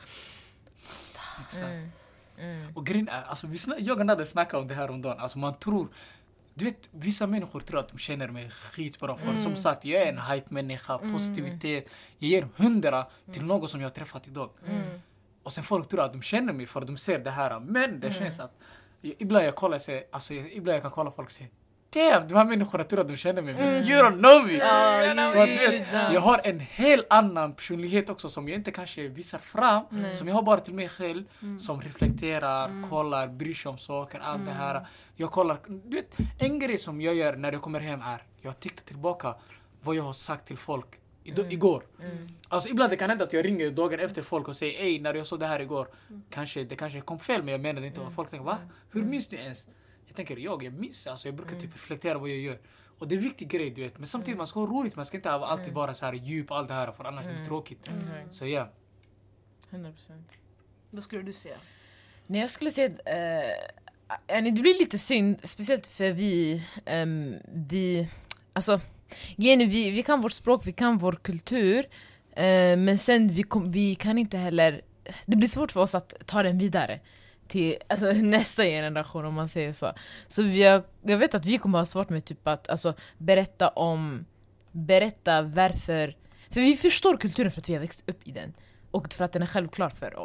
Exakt. Och grejen är, alltså, vi snack, jag och Nada snackade om det här om dagen. Alltså man tror, du vet, vissa människor tror att de känner mig skitbra för som sagt, jag är en hype-människa, positivitet. Jag ger hundra till någon som jag har träffat idag. Och sen folk tror att de känner mig för att de ser det här. Men det känns att, ibland jag kollar sig, alltså ibland jag kan kolla folk och säga, damn, de här människorna tror att de känner mig, men you don't know me. Men du vet, jag har en helt annan personlighet också som jag inte kanske visar fram, som jag har bara till mig själv, som reflekterar, kollar, bryr sig om saker, allt det här. Jag kollar, du vet, en grej som jag gör när jag kommer hem är, jag tittar tillbaka vad jag har sagt till folk i- igår. Alltså ibland det kan hända att jag ringer dagen efter folk och säger, ej, när jag såg det här igår, kanske, det kanske kom fel, men jag menade inte vad folk tänker, va? Hur minns du ens? Jag tänker, jag, jag minns, alltså jag brukar typ reflektera vad jag gör. Och det är en viktig grej, du vet. Men samtidigt, man ska ha roligt, man ska inte alltid vara så här djup, allt det här, för annars är det tråkigt. Så ja. hundra procent. vad skulle du säga? Nej, jag skulle säga att eh, yani, det blir lite synd, speciellt för vi, ehm, vi alltså, igen, vi, vi kan vårt språk, vi kan vår kultur, eh, men sen vi, kom, vi kan inte heller, det blir svårt för oss att ta den vidare till alltså, nästa generation om man säger så. Så vi har, jag vet att vi kommer ha svårt med typ att alltså, berätta om, berätta varför, för vi förstår kulturen för att vi har växt upp i den och för att den är självklar för oss.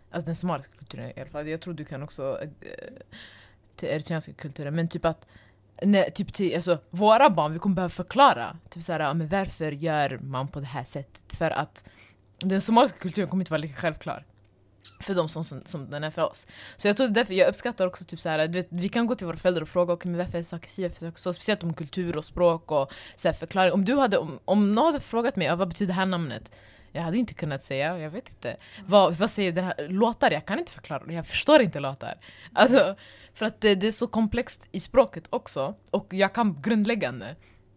alltså den somaliska kulturen i alla fall. Jag tror du kan också äh, till eritreanska kulturen, men typ att nej, typ till, alltså, våra barn, vi kommer behöva förklara typ så här, men varför gör man på det här sättet? För att den somaliska kulturen kommer inte vara lika självklar för dem som, som, som den är för oss. Så jag tror det är därför jag uppskattar också typ så här, du vet, vi kan gå till våra föräldrar och fråga okay, men varför är saker si, varför så, speciellt om kultur och språk och så här, förklaring. Om du hade om, om någon hade frågat mig vad betyder det här namnet? Jag hade inte kunnat säga, jag vet inte. Vad, vad säger den här låtar? Jag kan inte förklara det. Jag förstår inte låtar. Alltså, för att det, det är så komplext i språket också. Och jag kan grundläggande.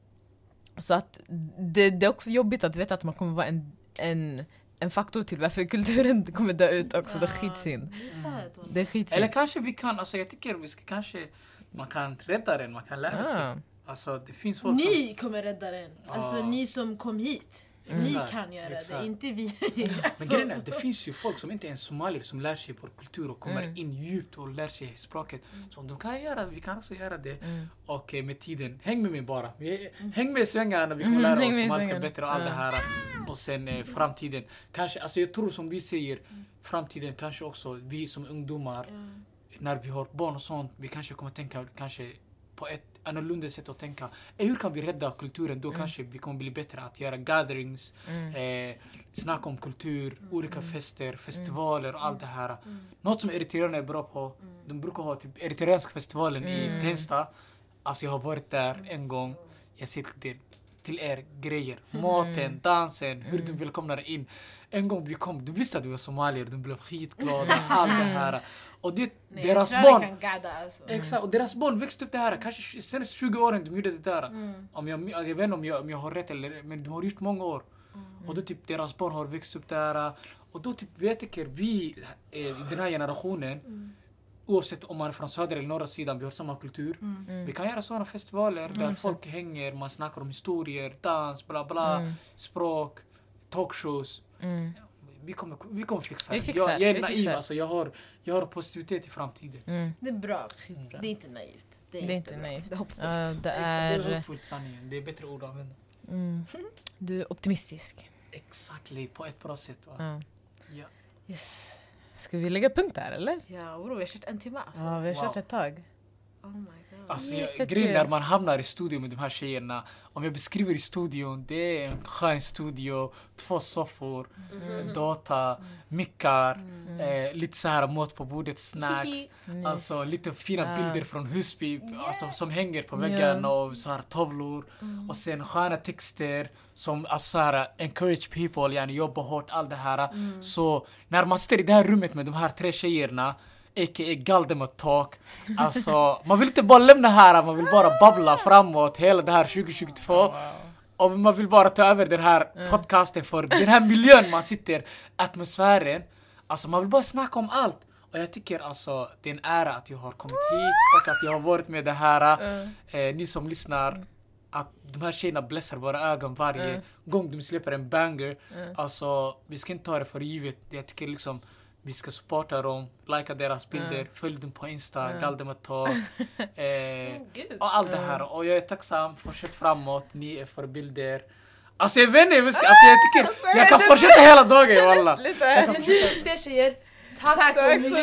Så att det, det är också jobbigt att veta att man kommer vara en, en, en faktor till varför kulturen kommer dö ut också. Det är skitsynd. Det är skitsynd. Eller kanske vi kan, alltså jag tycker vi ska kanske, man kan rädda den, man kan lära sig. Ah. Alltså det finns folk Ni som... kommer rädda den. Alltså Ja. ni som kom hit. Ni Exakt, kan göra exakt. det, inte vi. Men Alltså, grejen är, det finns ju folk som inte är somalier som lär sig vår kultur och kommer Mm. in djupt och lär sig språket. Så om de kan göra, vi kan också göra det. Mm. Och eh, med tiden, häng med mig bara. Vi, häng med i svängarna, vi kommer Mm, lära häng oss med i somaliska svängarna. bättre och allt Ja. det här. Och sen eh, framtiden. Kanske, alltså jag tror som vi säger, framtiden kanske också, vi som ungdomar, när vi har barn och sånt, vi kanske kommer tänka kanske på ett annorlunda sätt att tänka. Eh, hur kan vi rädda kulturen? Då Mm. kanske vi kommer bli bättre att göra gatherings, Mm. eh, snacka om kultur, olika fester, festivaler och allt det här. Något som eritreanerna är bra på, de brukar ha typ eritreanska festivalen i Mm. Tensta. Alltså jag har varit där en gång, jag ser till, det, till er grejer. Maten, dansen, hur de välkomnar in. En gång vi kom, du visste att vi var somalier, de blev skitglada, allt det här. Och det, nej, deras jag tror barn, jag kan gadda, alltså. exakt, och deras barn växte upp det här, kanske senaste tjugo åren de gjorde det där. Mm. Om jag, jag vet inte om jag, om jag har rätt eller, men de har gjort många år. Och då typ deras barn har växt upp där. Och då typ vet jag vi eh, i den här generationen, oavsett om man är från södra eller norra sidan, vi har samma kultur. Mm. Vi kan göra sådana festivaler där Mm, folk hänger, man snackar om historier, dans, bla bla, Mm. språk, talkshows. Mm. Vi kommer, vi kommer fixa Vi det. fixar, jag, jag är vi naiv, fixar. alltså jag har, jag har positivitet i framtiden. Mm. Det är bra. Skitbra. Det är inte naivt. Det är inte jättebra. naivt. Det är hoppfullt. Ja, det Exakt, det är... är hoppfullt sanningen, det är bättre ord att använda. Mm. Du är optimistisk. Exakt, på ett bra sätt. Va? Ja. Ja. Yes. Ska vi lägga punkt där eller? Ja, bro, vi har kört en timme alltså. Ja, vi har Wow. kört ett tag. Oh my god. Alltså, Det är jag, fett grejen kul. när man hamnar i studion med de här tjejerna, om jag beskriver i studion, det är en skön studio, två soffor, Mm. data, mickar, eh, lite så här mat på bordet, snacks, Nice. alltså lite fina Ja. bilder från Husby, alltså, som hänger på väggarna och så här tavlor, och sen sköna texter som alltså, så här, encourage people, yani, jobba hårt, allt det här. Så när man sitter i det här rummet med de här tre tjejerna, a k a Galdemot Talk. Alltså, man vill inte bara lämna här, man vill bara babbla framåt hela det här tjugo tjugotvå. Och man vill bara ta över den här podcasten för den här miljön man sitter, atmosfären. Alltså man vill bara snacka om allt. Och jag tycker alltså, det är en ära att jag har kommit hit och att jag har varit med det här. Eh, ni som lyssnar, att de här tjejerna blessar våra ögon varje Mm. gång de släpper en banger. Mm. Alltså, vi ska inte ta det för givet. Jag tycker liksom, vi ska supporta dem, likea deras bilder, Mm. följ dem på Insta, Mm. Galdemottalk, eh, Gud. och allt det här. Och jag är tacksam, fortsätt framåt, ni är förebilder. Alltså jag vet inte, jag, ska, alltså, jag tycker, jag kan fortsätta hela dagen walla. Men nu ser tjejer, tack, Tack så, så mycket!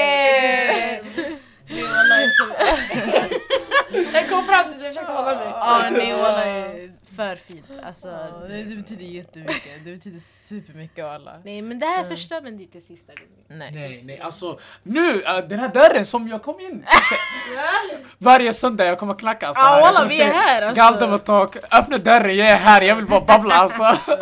mycket. Det var nice. Jag kom fram till så jag försökte hålla mig. Ja, nej wallah, för fint. Alltså, Ja, det, det betyder jättemycket. Det betyder supermycket alla. nej men det här är Mm. första men det är inte sista gången. Nej. Nej, nej, alltså nu, äh, den här dörren som jag kom in varje söndag jag kommer knacka alltså, Ja här. Jag wallah kommer vi är säga, här alltså. Galdemottalk, öppna dörren, jag är här, jag vill bara babbla alltså.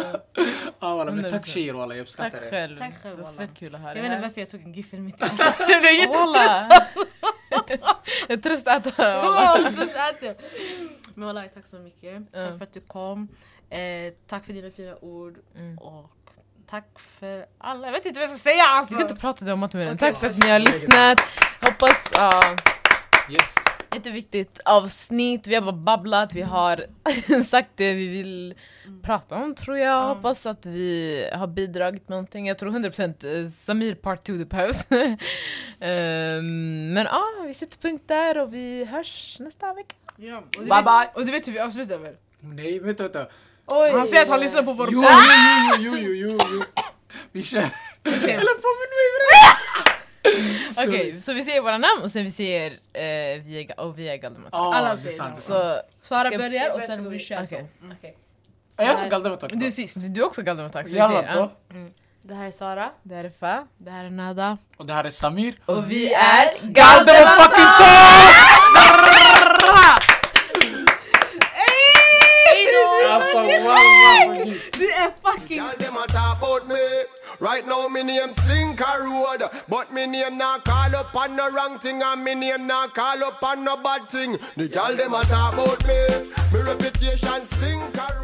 Ja walla, men hundra tack procent. tjejer walla, jag uppskattar Tack det. själv. Tack själv, Det var wallah. fett kul att höra Jag det vet inte här. varför jag tog en giffel mitt i allt. Jag är jättestressad. Wallah. Jag tröstar att Åh, stressad jag. Men wallah, tack så mycket. Tack Ja. för att du kom. Eh, tack för dina fina ord. Mm. Och tack för alla. Jag vet inte vad jag ska säga alltså. Vi kan inte prata om mat med den. Okej. Tack för att ni har lyssnat. Hoppas... ja, Yes. jätteviktigt avsnitt. Vi har bara babblat. Vi har sagt det vi vill prata om, tror jag. Mm. Hoppas att vi har bidragit med någonting. Jag tror hundra procent eh, Samir part two det behövs. Ehm, men ja, vi sätter punkt där och vi hörs nästa vecka. Ja, och du Bye vet, bye. Och du vet hur vi avslutar väl? Nej, vänta, vänta. Oj. Han säger att han lyssnar på vår Jo, jo, jo, jo, jo, jo, jo. Vi kör. Okej, okay, så vi säger våra namn och sen vi säger eh, vi är, och vi är Galdemar. Ah, Alla det är säger sant. samma. Så Sara Ska- börjar och sen vi kör Okej. så. Okej. Är jag så Galdemar tack? du är sist, du är också Galdemar, tack. Så vi Jalla säger, då. ja. Det här är Sara. Det här är Fa. Det här är Nada. Och det här är Samir. Och vi är Galdemar fucking talk! Alltså wow. Du är fucking... Y'all them a talk about me. Right now me name Stinker Road, but me name not call up on no wrong thing, and me name not call up on no bad thing. The y'all them a talk about me. Me reputation Stinker Road.